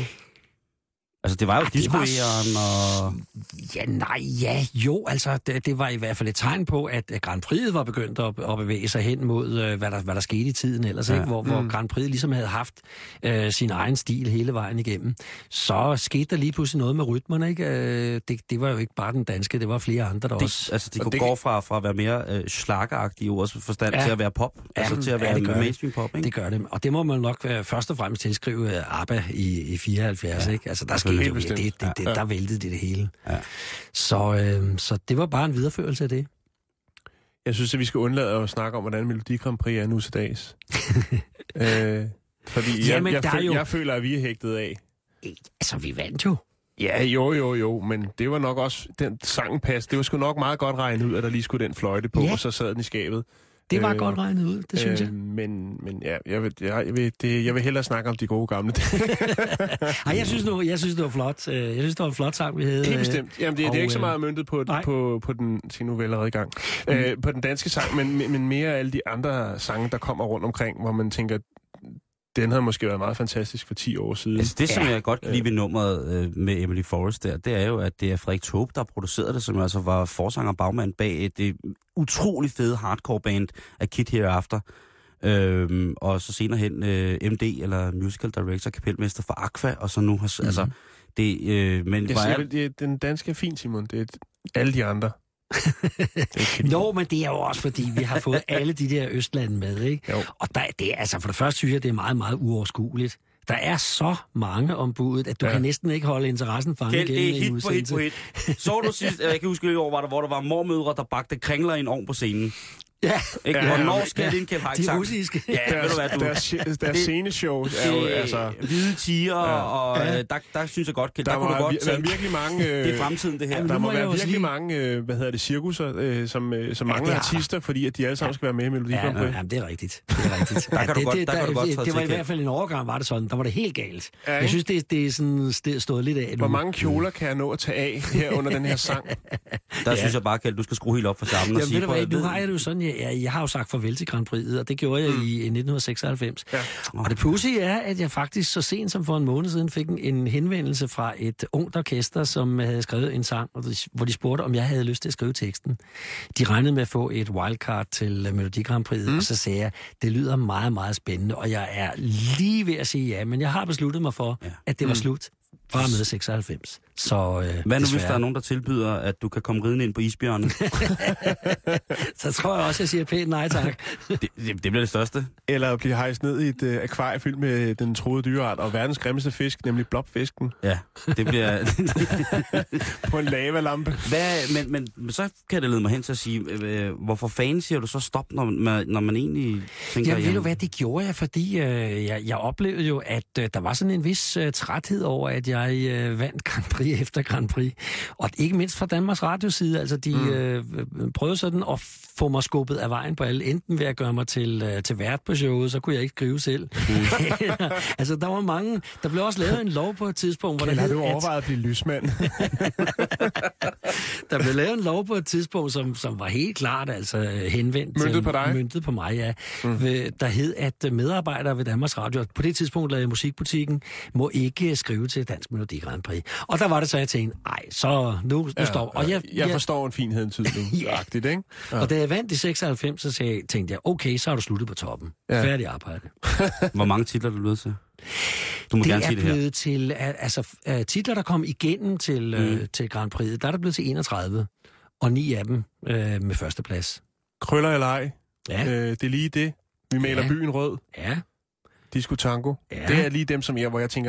Altså, det var jo discoæren og... Ja, nej, ja, jo, altså, det, det var i hvert fald et tegn på, at Grand Prix'et var begyndt at, at bevæge sig hen mod, øh, hvad, der, hvad der skete i tiden ellers, ja. ikke? Hvor, mm. hvor Grand Prix'et ligesom havde haft øh, sin egen stil hele vejen igennem. Så skete der lige pludselig noget med rytmerne, ikke? Øh, det, det var jo ikke bare den danske, det var flere andre, der det, også... Altså, det kunne det... gå fra, fra at være mere øh, schlageragtig i ordets forstand ja. til at være pop, ja, altså til at være ja, mainstream pop, ikke? Det gør det, og det må man nok øh, først og fremmest tilskrive øh, ABBA i, i fireoghalvfjerds, ja. ikke? Altså, der skete jo det, det, det, det, der væltede det det hele. Ja. Så, øh, så det var bare en videreførelse af det. Jeg synes, at vi skal undlade at snakke om, hvordan Melodi Grand Prix er nu til dags. øh, fordi Jamen, jeg, jeg, føl, jo... jeg føler, at vi er hægtet af. Altså, vi vandt jo. Ja, jo, jo, jo, men det var nok også, den sangen pas, det var sgu nok meget godt regnet ud, at der lige skulle den fløjte på, ja. og så sad den i skabet. Det var øh, godt regnet ud, det synes øh, jeg. Men, men ja, jeg vil, jeg, jeg, vil, det, jeg vil hellere snakke om de gode gamle. Ej, jeg synes, nu, jeg synes, det var flot. Jeg synes, det var en flot sang, vi havde. Helt bestemt. Jamen, det, og, det er ikke så meget møntet på, på, på den... Se, nu er vi allerede i gang. Mm. Øh, på den danske sang, men, men mere alle de andre sange, der kommer rundt omkring, hvor man tænker... Den havde måske været meget fantastisk for ti år siden. Altså det, som ja. jeg godt kan lide ved nummeret øh, med Emily Forrest der, det er jo, at det er Frederik Taube, der producerede det, som altså var forsanger og bagmand bag et, et utrolig fede hardcore band af Kid Hereafter. Øhm, og så senere hen øh, M D, eller Musical Director, kapelmester for Aqua, og så nu har... Mm-hmm. Altså, det... Øh, men jeg siger, det er, den danske er fin, Simon. Det er alle de andre. Nå, men det er jo også, fordi vi har fået alle de der Østlande med, ikke? Jo. Og der, det er, altså for det første synes jeg, det er meget, meget uoverskueligt. Der er så mange om budet, at du ja. kan næsten ikke holde interessen fanget gennem en udsendelse. Det er hit på hit på hit. Så du sidst, jeg kan huske i år, var der, hvor der var mormødre, der bagte kringler i en ovn på scenen. Ja. Ikke? Ja, Hvornår ja, skal ja. det en Kjeld De Haik-sang? russiske. Ja, ved du hvad, du... Deres, deres sceneshows er jo, altså... Hvide tiger, Ja. og Ja. øh, der, der synes jeg godt, Kjeld, Der, der, der kunne du må godt være tænke, virkelig mange... Øh, det er fremtiden, det her. Jamen, der nu må må jeg være jo virkelig lige- mange, øh, hvad hedder det, cirkusser, øh, som, øh, som mangler det har- artister, fordi at de alle sammen skal være med i Melodi Ja, Grand Prix. ja, det er rigtigt. Det er rigtigt. Der kan du det, godt- det, der kan du godt det, træde det var til, i hvert fald en overgang, var det sådan. Der var det helt galt. Ja, Jeg ikke? synes, det, det er sådan st- stået lidt af nu. Hvor mange kjoler kan jeg nå at tage af her under den her sang? Der Ja. synes jeg bare, Kjeld, du skal skrue helt op for sammen og Jamen, sige... ved du hvad, prøv at- nu har jeg det jo sådan, jeg, jeg, jeg har jo sagt farvel til Grand Prix'et, og det gjorde jeg mm. i nitten seksoghalvfems. Ja. Og det pudsige er, at jeg faktisk så sent som for en måned siden fik en, en henvendelse fra et ungt orkester, som havde skrevet en sang, hvor de spurgte, om jeg havde lyst til at skrive teksten. De regnede med at få et wildcard til Melodi Grand Prix'et, mm. og så sagde jeg, det lyder meget, meget spændende, og jeg er lige ved at sige ja, men jeg har besluttet mig for, ja. at det var mm. slut fra med seksoghalvfems. Så, øh, Hvad nu, hvis desværre. der er nogen, der tilbyder, at du kan komme ridende ind på isbjørnen? Så tror jeg også, jeg siger pænt nej tak. det, det, det bliver det største. Eller at blive hejst ned i et øh, akvarie fyldt med den troede dyreart og verdens grimmeste fisk, nemlig blobfisken, Ja, det bliver... på en lavalampe. Hvad, men, men så kan det lede mig hen til at sige, øh, hvorfor fanden siger du så stop, når man, når man egentlig tænker... Ja, ved jamen, du hvad, det gjorde jeg, fordi øh, jeg, jeg oplevede jo, at øh, der var sådan en vis øh, træthed over, at jeg øh, vandt Grand Prix efter Grand Prix. Og ikke mindst fra Danmarks Radios side, altså de mm. øh, prøvede sådan at få mig skubbet af vejen på alle, enten ved at gøre mig til, øh, til vært på showet, så kunne jeg ikke skrive selv. Mm. Altså, der var mange, der blev også lavet en lov på et tidspunkt, hvor Kjeld, der har hed, du overvejet at blive lysmand? der blev lavet en lov på et tidspunkt, som, som var helt klart altså henvendt Møntet til, på dig? Møntet på mig, ja. Mm. Ved, der hed, at medarbejdere ved Danmarks Radio, på det tidspunkt lavede musikbutikken, må ikke skrive til Dansk Melodi Grand Prix. Og der var det så, jeg tænkte, ej, så nu, nu Ja, står... Og ja, jeg, jeg forstår en finhedentydning. Ja. Agtigt, ikke? Ja. Og da jeg vandt i seksoghalvfems, så sagde, tænkte jeg, okay, så har du sluttet på toppen. Ja. Ja. Færdig arbejde. Hvor mange titler er du blevet til? Du må Det gerne er sige det her. blevet til, al- altså uh, titler, der kom igennem til, mm. uh, til Grand Prix, der er der blevet til enogtredive, og ni af dem uh, med førsteplads. Krøller eller ej? Ja. Øh, det er lige det. Vi maler Ja. byen rød. Ja. Disco Tango. Ja. Det er lige dem, som jeg, hvor jeg tænker,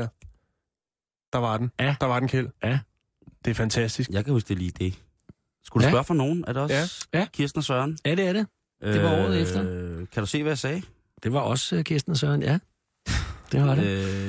der var den. Ja. Der var den, Kjeld. Ja. Det er fantastisk. Jeg kan huske det lige det. Skulle du Ja. spørge for nogen? Er det også Ja. Ja. Kirsten og Søren? Ja, det er det. Det var året efter. Kan du se, hvad jeg sagde? Det var også uh, Kirsten og Søren, ja. Det var det.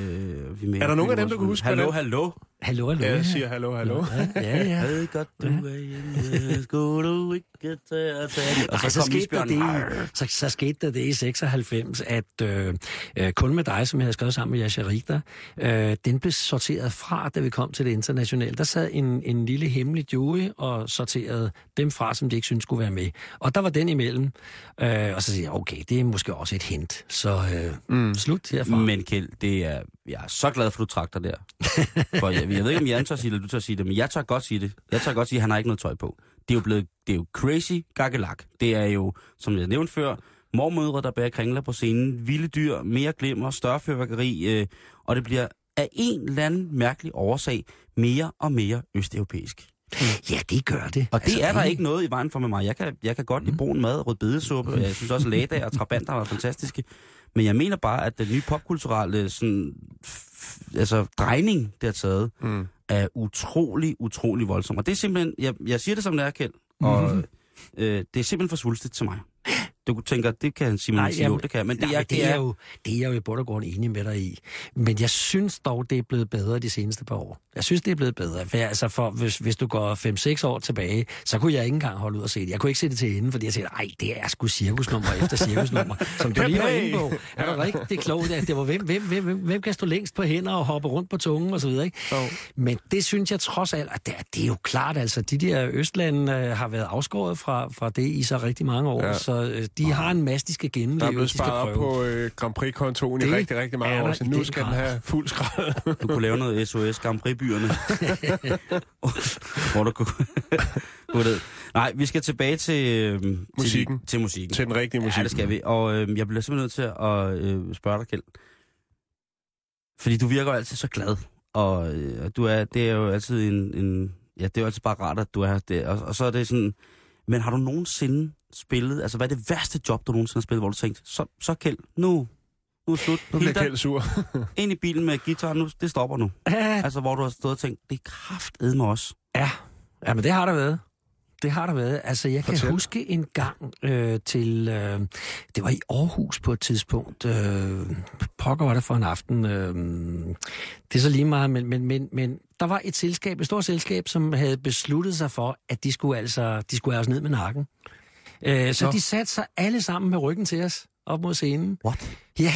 Øh, vi Er der nogen af dem, du kan huske, Hallo, hvordan- hallo. Hallo, hallo. Ja, ja. jeg siger hallo, hallo. Ja, ja. ja. Jeg ved godt, du er hjemme. Skulle du ikke tage og tage det? Og Ej, så, så, kom skete der isbjørnen. det, i- så, så skete der det i seksoghalvfems, at øh, øh, Kun med dig, som jeg havde skrevet sammen med Yasha Richter, øh, den blev sorteret fra, da vi kom til det internationale. Der sad en, en lille hemmelig jury og sorterede dem fra, som de ikke syntes skulle være med. Og der var den imellem. Øh, og så siger jeg, okay, det er måske også et hint. Så øh, mm. slut herfra. Men Kjeld, det er, jeg er så glad for, at du trak dig der. For jeg, jeg ved ikke, om Jan tør sige det, eller du tør sige det, men jeg tør godt sige det. Jeg tør godt sige, at han har ikke noget tøj på. Det er jo blevet, det er jo crazy gakkelak. Det er jo, som jeg nævnte før, mormødre, der bærer kringler på scenen, vilde dyr, mere glimmer, større fyrværkeri, øh, og det bliver af en eller anden mærkelig årsag mere og mere østeuropæisk. Ja, det gør det. Og det altså, er der ikke noget i vejen for med mig. Jeg kan, jeg kan godt lide brun mad, rødbedesuppe, og jeg synes også, at lagdag og trabanter er fantastiske. Men jeg mener bare, at den nye popkulturelle sådan, f- altså, drejning, det har taget, mm. er utrolig, utrolig voldsom. Og det er simpelthen, jeg, jeg siger det som det er, Kjeld, og mm-hmm. øh, det er simpelthen for svulstigt til mig. Du tænker, det kan Simon Nej, sige, jamen, jo, det kan, men det, nej, er, det, er jo, det er jeg jo i bund og grund enig med dig i. Men jeg synes dog, det er blevet bedre de seneste par år. Jeg synes, det er blevet bedre. For, jeg, altså for hvis, hvis du går fem seks år tilbage, så kunne jeg ikke engang holde ud og se det. Jeg kunne ikke se det til ende, fordi jeg tænkte, ej, det er sgu cirkusnummer efter cirkusnummer, som du lige var inde på. Er det rigtig klogt? Det var, hvem, hvem, hvem, hvem, hvem kan stå længst på hænder og hoppe rundt på tungen og så videre, ikke? Oh. Men det synes jeg trods alt, at det, er, det er jo klart, altså, de der Østlande øh, har været afskåret fra, fra det i så rigtig mange år, ja. Så øh, de oh. har en masse, de skal gennemleve. Der er blevet de skal sparet op prøve. på øh, Grand Prix-kontoen i Det rigtig, rigtig mange er år, der så i nu den skal den grad. have fuld skrald. Du kunne lave noget S O S Grand Prix-byerne. Hvor du kunne... kunne det. Nej, vi skal tilbage til... Øh, Musikken. Til, til musikken. Til den rigtige musik. Ja, det skal vi. Og øh, jeg bliver simpelthen nødt til at øh, spørge dig, Kjeld. Fordi du virker jo altid så glad. Og øh, du er, det er jo altid en, en... Ja, det er jo altid bare rart, at du er der. Og, og så er det sådan... Men har du nogensinde spillet... Altså, hvad er det værste job, du nogensinde har spillet, hvor du tænkte, så, så Kjeld, nu... Nu er det slut. Nu bliver Hilda, Kjeld sur. ind i bilen med guitar, nu, det stopper nu. Ja, Altså, hvor du har stået og tænkt, det er kraftedme også. ja. Ja, men det har der været. det har der været. Altså, jeg Fortæl. kan huske en gang øh, til... Øh, det var i Aarhus på et tidspunkt. Øh, pokker var det for en aften. Øh, det er så lige meget, men, men, men, men der var et selskab, et stort selskab, som havde besluttet sig for, at de skulle altså, de skulle altså ned med nakken. Øh, så Nå. de satte sig alle sammen med ryggen til os op mod scenen. What? Ja,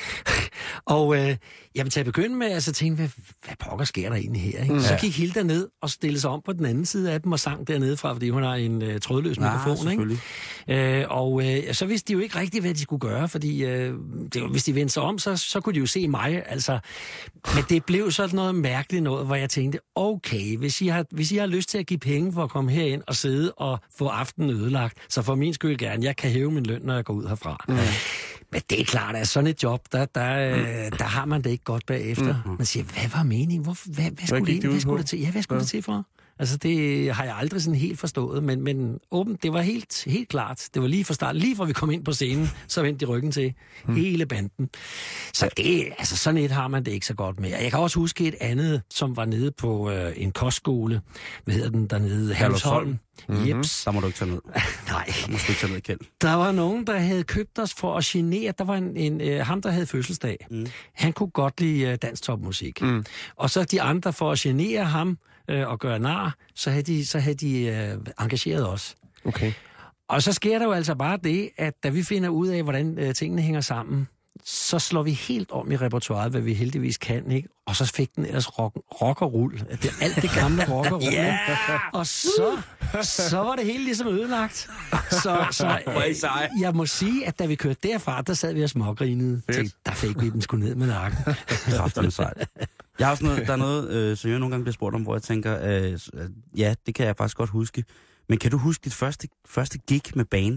og øh, jamen, til at begynde med, altså tænkte, hvad, hvad pokker sker der egentlig her? Ikke? Mm. Så gik Hilda ned og stillede sig om på den anden side af dem og sang dernede fra, fordi hun har en øh, trådløs Nej, mikrofon. Ikke? Øh, og øh, så vidste de jo ikke rigtigt, hvad de skulle gøre, fordi øh, det, hvis de vendte sig om, så, så kunne de jo se mig. Altså. Men det blev sådan noget mærkeligt noget, hvor jeg tænkte, okay, hvis I, har, hvis I har lyst til at give penge for at komme herind og sidde og få aftenen ødelagt, så for min skyld gerne, jeg kan hæve min løn, når jeg går ud herfra. Mm. Men det er klart, at sådan et job, der, der, mm. der har man det ikke godt bagefter. Mm. Man siger, hvad var meningen? Hvor, hvad, hvad, skulle hvad det, det hvad skulle det til? Ja, hvad skulle ja. det til for? Altså, det har jeg aldrig sådan helt forstået, men, men åbent, det var helt, helt klart. Det var lige fra start, lige fra vi kom ind på scenen, så vendte de ryggen til hmm. hele banden. Så det, altså sådan et har man det ikke så godt med. Jeg kan også huske et andet, som var nede på øh, en kostskole. Hvad hedder den dernede? Herlufsholm. Mm-hmm. Jeps. Der må du ikke tage ned. Nej. Der må du ikke tage ned, Kjeld. Der var nogen, der havde købt os for at genere. Der var en, en øh, ham, der havde fødselsdag. Mm. Han kunne godt lide øh, dansk topmusik. Mm. Og så de andre, for at genere ham øh, og gøre nar, så havde de, så havde de øh, engageret os. Okay. Og så sker der jo altså bare det, at da vi finder ud af, hvordan øh, tingene hænger sammen, så slår vi helt om i repertoiret, hvad vi heldigvis kan, ikke? Og så fik den ellers rock, rock og rull. Det er alt det gamle rock og rull. Yeah! Og så, så var det hele ligesom ødelagt. Så, så øh, jeg må sige, at da vi kørte derfra, der sad vi og smågrinede. Tænkte, der fik vi den sgu ned med nakken. Krafterne sejt. Jeg har også noget, der er noget, øh, som jeg nogle gange bliver spurgt om, hvor jeg tænker, øh, ja, det kan jeg faktisk godt huske. Men kan du huske dit første, første gig med band?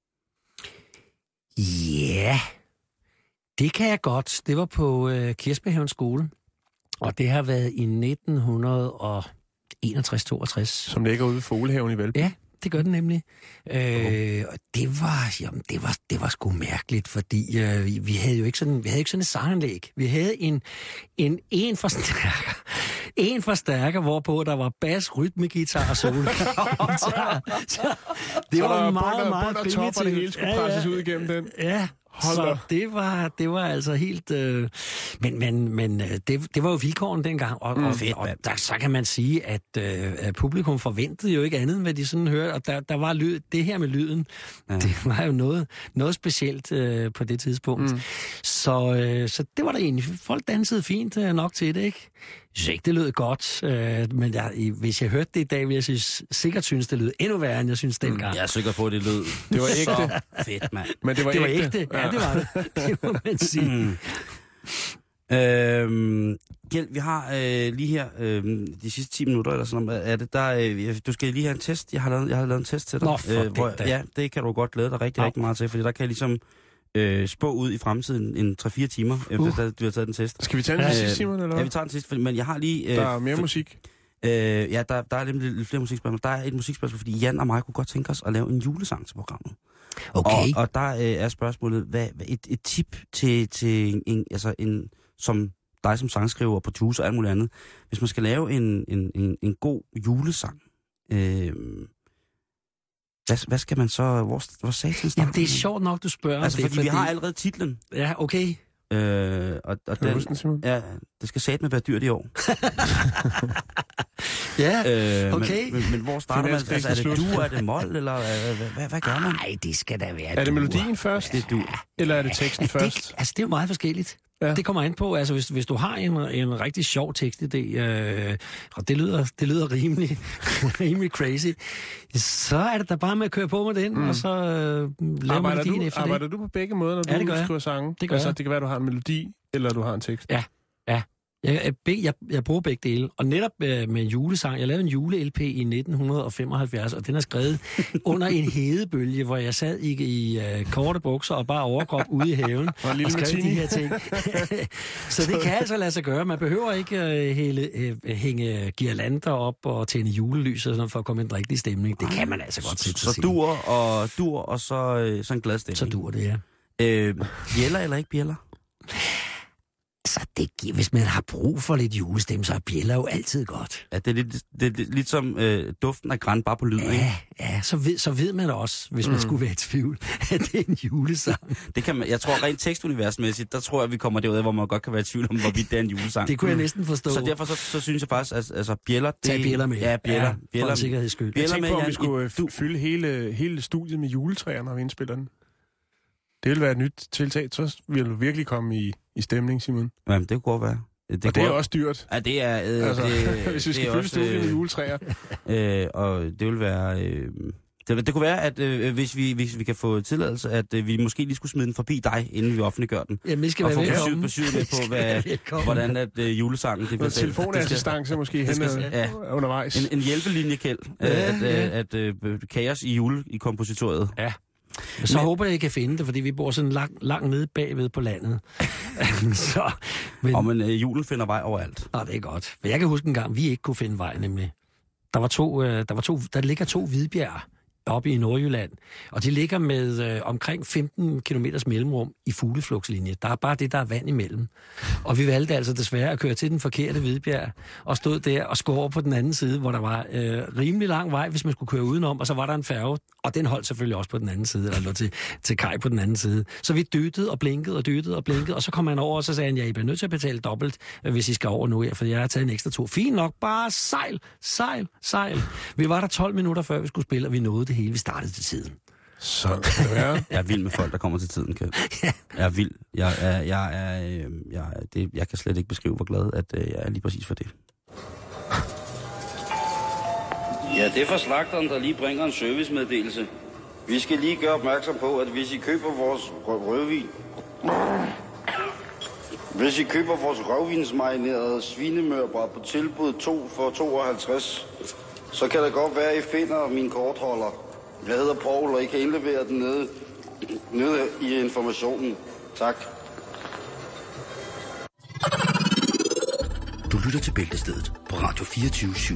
Ja... Yeah. Det kan jeg godt. Det var på øh, Kirsberghavns skole, og det har været i nitten enogtres toogtres. Som ligger ude ved Foglehaven i Valby. Ja, det gør den nemlig. Øh, og det var, jamen, det var, det var sgu mærkeligt, fordi øh, vi havde jo ikke sådan, vi havde ikke sådan et sanganlæg. Vi havde en, en, en forstærker, en forstærker, hvorpå der var bas, rytmegitar og solo. så, så, det så var der meget, bund, meget primitivt. Og top, og det hele skulle presses ja, ja. ud igennem den. Ja. Hold så det var, det var altså helt... Øh, men men, men det, det var jo vilkåren dengang, og, mm, og, fedt, og der, så kan man sige, at øh, publikum forventede jo ikke andet, end hvad de sådan hørte, og der, der var lyd, det her med lyden, ja. Det var jo noget, noget specielt øh, på det tidspunkt. Mm. Så, øh, så det var der egentlig. Folk dansede fint øh, nok til det, ikke? Jeg synes ikke, det lød godt, øh, men jeg, hvis jeg hørte det i dag, ville jeg synes, sikkert synes, det lød endnu værre, end jeg synes dengang. Mm, jeg er sikker på, at det lød det var ægte. Så fedt, mand. Men det var, det var ægte. ægte. Ja, det var det. Det må man sige. Mm. Øhm, Kjeld, vi har øh, lige her øh, de sidste ti minutter, eller sådan noget, er det der, øh, du skal lige have en test. Jeg har lavet, jeg har lavet en test til dig. Nå, for øh, hvor, det, ja, det kan du godt glæde dig rigtig, ja. rigtig meget til, fordi der kan jeg ligesom øh, spå ud i fremtiden en tre fire timer, uh. efter du har taget den test. Skal vi tage den øh, sidste timer, eller hvad? Ja, vi tager den sidste, men jeg har lige... Øh, der er mere for, musik. Øh, ja, der, der er lidt, lidt flere musikspørgsmål. Der er et musikspørgsmål, fordi Jan og mig kunne godt tænke os at lave en julesang til programmet. Okay. Og, og der øh, er spørgsmålet, hvad, et, et tip til, til en, altså en, som dig som sangskriver og producer og alt muligt andet. Hvis man skal lave en, en, en, en god julesang, øh, hvad, hvad skal man så, hvor, hvor satans? Jamen, det er sjovt nok, du spørger. Altså, det, fordi, fordi vi har allerede titlen. Ja, okay. Øh, og, og den, den, ja, det skal satme være dyrt i år. ja, øh, okay. Men, men, men hvor starter man? Altså, er det du, er det mol, eller hvad, hvad, hvad gør man? Nej, det skal da være Er det duer. melodien først, det er du. Eller er det teksten ja, først? Det, altså, det er jo meget forskelligt. Ja. Det kommer an på, altså hvis, hvis du har en, en rigtig sjov tekstidé, øh, og det lyder, det lyder rimelig, rimelig crazy, så er det da bare med at køre på med den, mm. og så øh, lave melodien efter det. Arbejder du på begge måder, når ja, du skriver sange? Det gør altså, jeg. Det kan være, at du har en melodi, eller du har en tekst. Ja, ja. Jeg, jeg, jeg bruger begge dele, og netop øh, med en julesang. Jeg lavede en jule-L P i nitten femoghalvfjerds, og den er skrevet under en hedebølge, hvor jeg sad i, i øh, korte bukser og bare overkrop ude i haven og, og skrev de her ting. Så det kan altså lade sig gøre. Man behøver ikke øh, hele, øh, hænge girlander op og tænde julelys og sådan noget, for at komme i en rigtig stemning. Det kan man altså godt sætte sig. Så dur og dur og så, øh, så en glad stemning. Så dur det, ja. Øh, bjæller eller ikke bjæller? Så det, giver- hvis man har brug for lidt julestemme, så er bjæller jo altid godt. Ja, det er lidt, det er lidt, lidt som øh, duften af græn bare på lyd, ikke? Ja, ja, så ved, så ved man også, hvis man mm. skulle være i tvivl, at det er en julesang. Det kan man, jeg tror rent tekstuniversmæssigt, der tror jeg, vi kommer derud, hvor man godt kan være i tvivl om, hvorvidt det er en julesang. Det kunne jeg næsten forstå. Så derfor så, så synes jeg faktisk, at altså, bjæller... Det, Tag bjæller med. Ja, bjæller. Ja, bjæller for en sikkerheds skyld. Jeg Bjæller tænkte med, på, om vi Jan, skulle i- øh, f- fylde hele, hele studiet med juletræer, når vi indspiller den. Det ville være et nyt tiltag. Så vil du virkelig komme i, i stemning, Simon. Jamen, det kunne godt være. Det Og det er også dyrt. Ja, det er... Øh, Altså, det, hvis vi det skal er fylde også, studiet med øh, juletræer. Øh, og det vil være... Øh, det, det kunne være, at øh, hvis, vi, hvis vi kan få tilladelse, at øh, vi måske lige skulle smide den forbi dig, inden vi offentliggør den. Jamen, det skal Og være få velkommen. besøg med på, hvad, Velkommen. hvordan at, øh, julesangen... Det bliver Noget telefonassistance måske det hen skal- øh, ja. undervejs. En, en hjælpelinje, Kjeld. Ja, at, ja. at, at uh, kaos i jule i kompositoriet. Ja. Så men, håber jeg, I kan finde det, fordi vi bor sådan langt lang nede bagved på landet. så, men, Og men uh, julen finder vej overalt. Nå, det er godt. For jeg kan huske en gang, vi ikke kunne finde vej, nemlig. Der var to, øh, der var to, der ligger to hvidbjerg oppe i Nordjylland, og de ligger med øh, omkring femten kilometers mellemrum i fugleflugtslinje. Der er bare det, der er vand imellem. Og vi valgte altså desværre at køre til den forkerte hvidbjerg, og stod der og skår på den anden side, hvor der var øh, rimelig lang vej, hvis man skulle køre udenom, og så var der en færge, og den holdt selvfølgelig også på den anden side, eller lå til, til kaj på den anden side. Så vi dyttede og blinkede og dyttede og blinkede, og så kom han over, og så sagde han, ja, I bliver nødt til at betale dobbelt, øh, hvis I skal over nu her, for jeg har taget en ekstra tur. Fint nok, bare sejl, sejl, sejl. Vi var der tolv minutter før vi skulle spille, og vi nåede det hele. Vi startede til tiden. Sådan skal det være. Jeg er vild med folk, der kommer til tiden, Kjeld. Jeg er vild. Jeg, er, jeg, er, øh, jeg, er, det, jeg kan slet ikke beskrive, hvor glad at, øh, jeg er lige præcis for det. Ja, det er fra slagteren, der lige bringer en servicemeddelelse. Vi skal lige gøre opmærksom på, at hvis I køber vores rø- rødvin... Hvis I køber vores rødvinsmarinerede svinemørbrad på tilbud to for tooghalvtreds, så kan det godt være, at I finder min kortholder. Jeg hedder Paul, og I kan indlevere den nede, nede i informationen. Tak. Du lytter til Bæltestedet på Radio fireogtyve syv.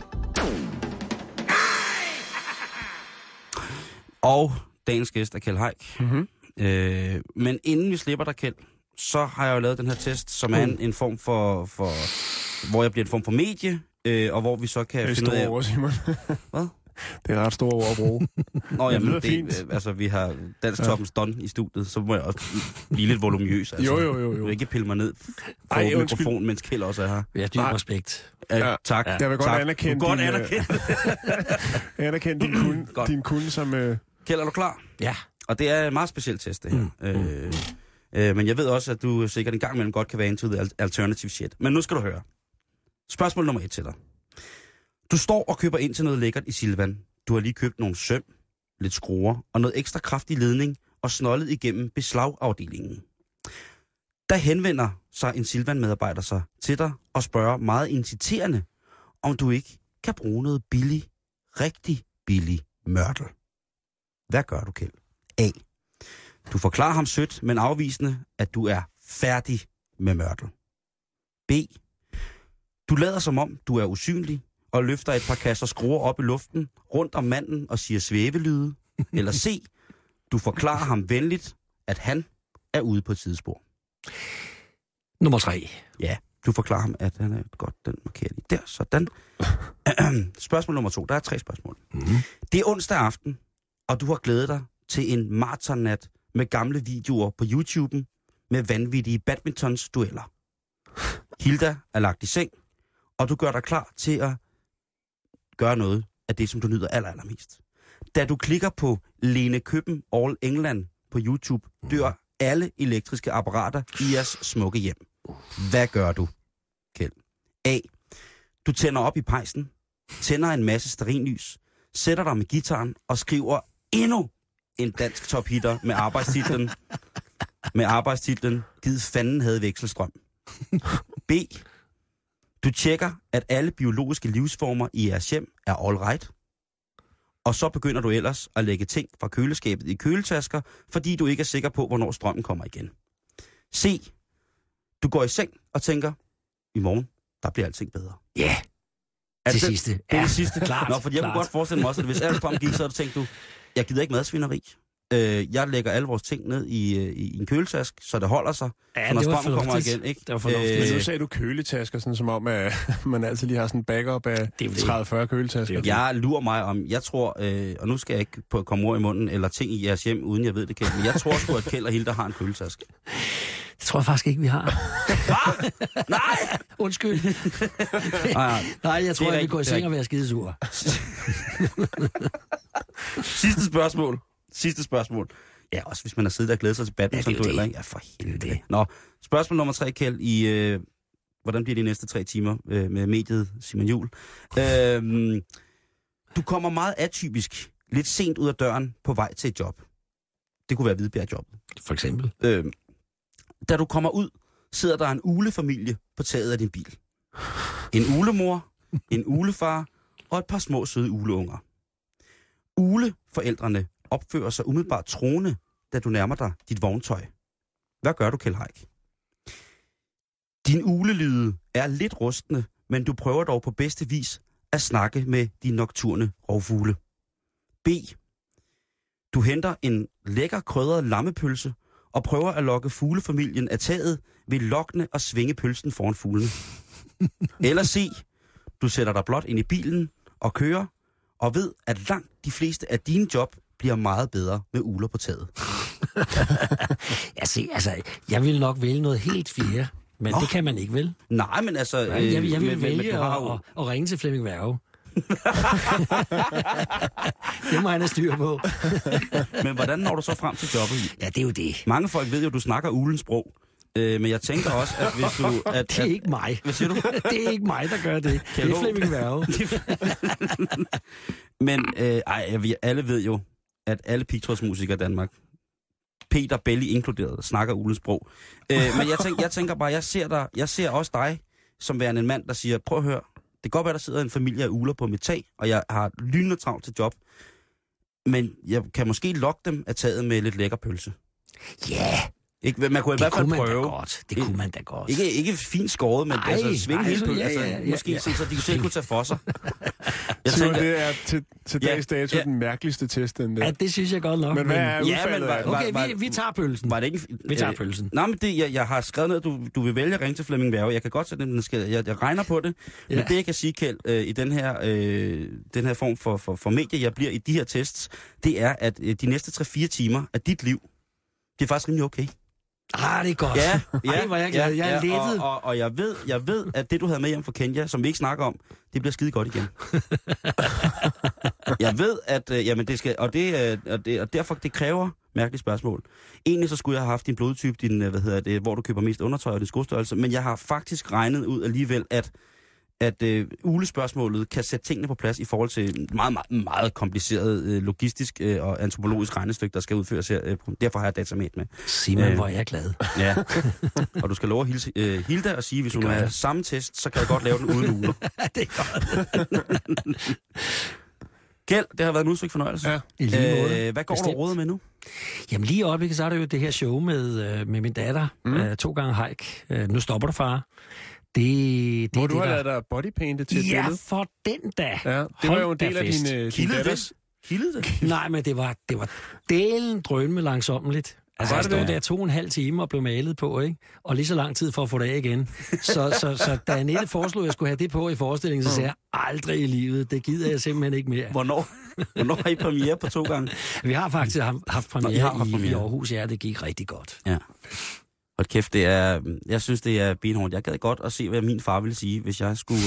Og dagens gæst er Kjeld Haik. Mm-hmm. Øh, men inden vi slipper dig, Kjeld, så har jeg jo lavet den her test, som er en, en form for, for... hvor jeg bliver en form for medie, øh, og hvor vi så kan Det er finde ud store af... ord, Simon. Hvad? Det er ret store ord at bruge. Nå, jamen, lyder det, fint. øh, altså, vi har dansk toppens don i studiet, så må jeg også blive lidt volumøs. Altså. Jo, jo, jo, jo. Du vil ikke pille mig ned på Ej, undskyld. mikrofonen, mens Kjeld også er her. Vi har dyb Nej. respekt. Øh, Ja. tak. Jeg vil godt tak. anerkende Du vil godt din, øh, anerkende. Anerkend din kunde, Godt. din kunde som... Øh, Kjeld, er du klar? Ja. Og det er en meget speciel test, det her. Mm. Øh, øh, men jeg ved også, at du sikkert en gang imellem godt kan være into the alternative shit. Men nu skal du høre. Spørgsmål nummer et til dig. Du står og køber ind til noget lækkert i Silvan. Du har lige købt nogle søm, lidt skruer og noget ekstra kraftig ledning og snollet igennem beslagafdelingen. Der henvender sig en Silvan-medarbejder sig til dig og spørger meget inciterende, om du ikke kan bruge noget billig, rigtig billig mørtel. Hvad gør du, Kjeld? A. Du forklarer ham sødt, men afvisende, at du er færdig med mørtel. B. Du lader som om, du er usynlig, og løfter et par kasser skruer op i luften, rundt om manden og siger svævelyde. Eller C. Du forklarer ham venligt, at han er ude på et sidespor. Nummer tre. Ja, du forklarer ham, at han er godt, den markerer lige der, sådan. Spørgsmål nummer to. Der er tre spørgsmål. Mm. Det er onsdag aften, og du har glædet dig til en maratonnat med gamle videoer på YouTuben med vanvittige badmintonsdueller. Hilda er lagt i seng, og du gør dig klar til at gøre noget af det, som du nyder aller, allermest. Da du klikker på Lene Køben All England på YouTube, dør alle elektriske apparater i jeres smukke hjem. Hvad gør du, Kjeld? A. Du tænder op i pejsen, tænder en masse stearinlys, sætter dig med gitaren og skriver endnu en dansk tophitter med arbejdstitlen med arbejdstitlen Gid fanden havde vekselstrøm. B. Du tjekker, at alle biologiske livsformer i jeres hjem er all right. Og så begynder du ellers at lægge ting fra køleskabet i køletasker, fordi du ikke er sikker på, hvornår strømmen kommer igen. C. Du går i seng og tænker, i morgen, der bliver alting bedre. Ja. Yeah. Er Til det, sidste. Det er Ja, det sidste. klart, Nå, for jeg klart. kunne godt forestille mig også, at hvis alt strøm gik, så havde du tænkt, du, jeg gider ikke madsvineri. Øh, jeg lægger alle vores ting ned i, i en køletask, så det holder sig. Ja, så når det var strømmen kommer igen, ikke? Det var fornuftigt. Men nu sagde du køletasker, sådan som om, at man altid lige har sådan en backup af tredive fyrre køletasker. Jeg lurer mig om, jeg tror, øh, og nu skal jeg ikke på komme ord i munden, eller ting i jeres hjem, uden jeg ved det, Kjeld, men jeg tror sgu, at Kjeld og Hilda har en køletaske. Det tror jeg faktisk ikke, vi har. Hvad? Nej! Undskyld. Nej, Nej, jeg tror, at vi går i seng og være være skidesure. Sidste spørgsmål. Sidste spørgsmål. Ja, også hvis man har siddet og glædet sig til badminton-dueller, ikke? Ja, for helvede. Det. Nå, spørgsmål nummer tre, Kjeld, i øh, hvordan bliver de næste tre timer øh, med mediet Simon Juhl. Øh, du kommer meget atypisk, lidt sent ud af døren på vej til et job. Det kunne være Hvidbjerg-jobbet. For eksempel? Øh, da du kommer ud, sidder der en ulefamilie på taget af din bil. En ulemor, en ulefar og et par små søde uleunger. Uleforældrene opfører sig umiddelbart troende, da du nærmer dig dit vogntøj. Hvad gør du, Kjeld Haik? Din ulelyde er lidt rustne, men du prøver dog på bedste vis at snakke med de nokturne rovfugle. B. Du henter en lækker krydret lammepølse og prøver at lokke fuglefamilien af taget ved lokkende og svinge pølsen foran fuglene. Eller C. Du sætter dig blot ind i bilen og kører, og ved, at langt de fleste af dine job bliver meget bedre med uler på taget. Jeg se, altså, jeg vil nok vælge noget helt fjerde, men Nå. det kan man ikke, vel? Nej, men altså... Nej, jeg, jeg vil men, vælge men, at, jo... at, at ringe til Flemming Værge. Det må han have styr på. Men hvordan når du så frem til jobbet? Ja, det er jo det. Mange folk ved jo, at du snakker ulens sprog. Øh, men jeg tænker også, at hvis du... At, det er at, ikke mig. Hvad siger du? Det er ikke mig, der gør det. Det er Flemming Værge. Men øh, ej, vi alle ved jo, at alle pigtrådsmusikere i Danmark, Peter Belli inkluderet, snakker ulens sprog. Øh, men jeg tænker, jeg tænker bare, jeg ser, dig, jeg ser også dig som værende en mand, der siger, prøv at høre, det kan godt være, der sidder en familie af uler på mit tag, og jeg har lynende travlt til job, men jeg kan måske lokke dem af taget med lidt lækker pølse. Ja, yeah. Ikke, man kunne i det hvert fald kunne prøve. Man da godt. Det kunne man da godt. Ikke, ikke fint skåret, men ej, altså svinge hele pølsen. Altså, ja, ja, ja, måske ja. Så, så de selv kunne tage for sig. Jeg så tænker, det er til, til ja, dags dato ja. den mærkeligste test, den der. Ja, det synes jeg godt nok. Men hvad er udfaldet? Ja, men, var, okay, var, vi, vi tager pølsen. Var det ikke, vi tager pølsen. Nej, men det, jeg, jeg har skrevet ned, du, du vil vælge at ringe til Flemming Værge. Jeg kan godt sætte den, skal, jeg, jeg regner på det. Ja. Men det, jeg kan sige, Kjeld, øh, i den her, øh, den her form for, for, for medie, jeg bliver i de her tests, det er, at øh, de næste tre fire timer af dit liv, det er faktisk rimelig okay. Ah, det er godt. Ja, ja, Ej, hvor jeg glad. Jeg er ja, lettet. Og, og, og jeg, ved, jeg ved, at det, du havde med hjem fra Kenya, som vi ikke snakker om, det bliver skide godt igen. Jeg ved, at øh, jamen, det skal... Og, det, øh, og, det, og derfor, det kræver mærkelige spørgsmål. Egentlig så skulle jeg have haft din blodtype, din, hvad hedder det, hvor du køber mest undertøj og din skostørrelse, men jeg har faktisk regnet ud alligevel, at at øh, ulespørgsmålet kan sætte tingene på plads i forhold til meget, meget, meget kompliceret øh, logistisk øh, og antropologisk regnestykke, der skal udføres her. Øh, derfor har jeg datamet med. Simon, øh, hvor er jeg glad. Ja, og du skal love at hilse, øh, Hilda og sige, hvis hun har samme test, så kan jeg godt lave den uden uler. Det er godt. Kjeld, det har været en udtryk fornøjelse. Ja, i lige måde. Øh, hvad går Bestemt. du råd med nu? Jamen lige op, så er det jo det her show med, øh, med min datter. Mm. Øh, to gange hike. Øh, nu stopper du, far. Det, det, Hvor det, du har der... lavet dig bodypainted til et ja, billede? for den da. Ja, det var jo en del af din, øh, din datter. Kildede det? Nej, men det var, det var delen drømme langsommeligt. Altså, jeg stod der to og en halv time og blev malet på, ikke? Og lige så lang tid for at få det af igen. Så, så, så da Annette foreslog, at jeg skulle have det på i forestillingen, så sagde jeg, aldrig i livet, det gider jeg simpelthen ikke mere. Hvornår? Hvornår har I premiere på to gange? Vi har faktisk haft premiere, Nå, har haft premiere. i, i Aarhus, ja, det gik rigtig godt. Ja. Hold kæft, det er, jeg synes, det er benhårdt. Jeg gad godt at se, hvad min far ville sige, hvis jeg skulle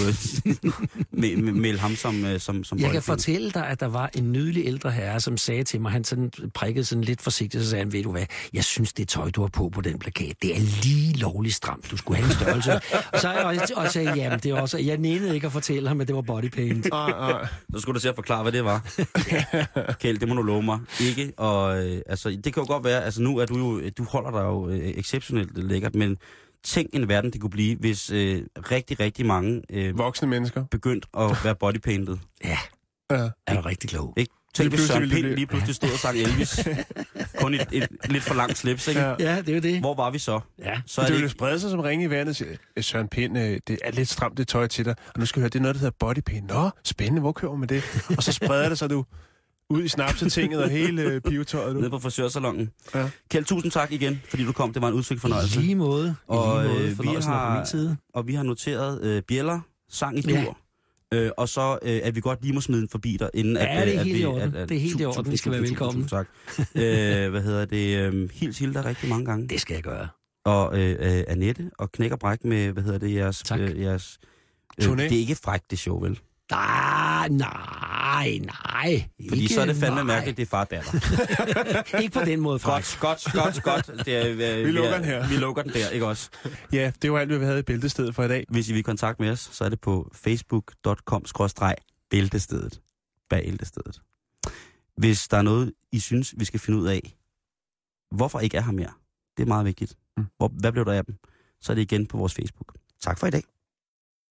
øh, melde ham som, øh, som, som Jeg kan fortælle dig, at der var en nydelig ældre herre, som sagde til mig, han sådan prikkede sådan lidt forsigtigt, så sagde han, ved du hvad, jeg synes, det tøj, du har på på den plakat, det er lige lovligt stramt. Du skulle have en størrelse. Og så jeg også sagde, jamen, det var også, jeg nænede ikke at fortælle ham, at det var bodypaint. Så skulle du se at forklare, hvad det var. Kjeld, det må du love mig. Ikke, og øh, altså, det kan jo godt være, altså nu er du jo, du holder dig jo øh, exceptionelt lækkert, men tænk en verden, det kunne blive, hvis øh, rigtig, rigtig mange øh, voksne mennesker begyndt at være bodypainted. Ja, ja. Er du rigtig klog. Ikke? Tænk, hvis Søren Pind lige pludselig stod og sang Elvis. Kun et, et lidt for langt slips, ikke? Ja, det er jo det. Hvor var vi så? Ja. så det det ville ikke... sprede sig som ringe i vandet og sige, Søren Pind, det er lidt stramt det tøj til dig, og nu skal vi høre, det er noget, der hedder bodypaint. Nå, spændende, hvor køber man det? Og så spreder det sig, du... Ud i snapsetinget og hele øh, pivetøjet. Nede på frisørsalongen. Ja. Kjeld, tusind tak igen, fordi du kom. Det var en udsøgt fornøjelse. Lige måde. Og, lige måde. øh, vi har, på min side. Og vi har noteret øh, bjæller, sang i dur. Ja. Øh, og så øh, at vi godt lige må smide den forbi dig, inden ja, at... det er at, helt at, i orden. At, at, det er helt i orden. Vi skal være velkommen. Tak. øh, hvad hedder det? Øh, hils Hilda rigtig mange gange. Det skal jeg gøre. Og øh, øh, Annette og Knæk og Bræk med, hvad hedder det, jeres... Tak. Øh, jeres øh, det er ikke frækt, det show, vel? Nej, nej, nej. Fordi ikke, så er det fandme nej. mærkeligt, det er far og datter. Ikke på den måde, Godt, godt, godt, godt. Det er, øh, vi lukker ja, den her. Vi lukker den der, ikke også? Ja, det var alt, hvad vi havde i Bæltestedet for i dag. Hvis I vil kontakte med os, så er det på facebook punktum com skråstreg bæltestedet. Bæltestedet. Hvis der er noget, I synes, vi skal finde ud af, hvorfor ikke er her mere, det er meget vigtigt. Hvor, hvad blev der af dem? Så er det igen på vores Facebook. Tak for i dag.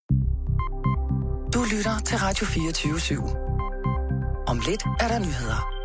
Du lytter til Radio fireogtyve syv. Om lidt er der nyheder.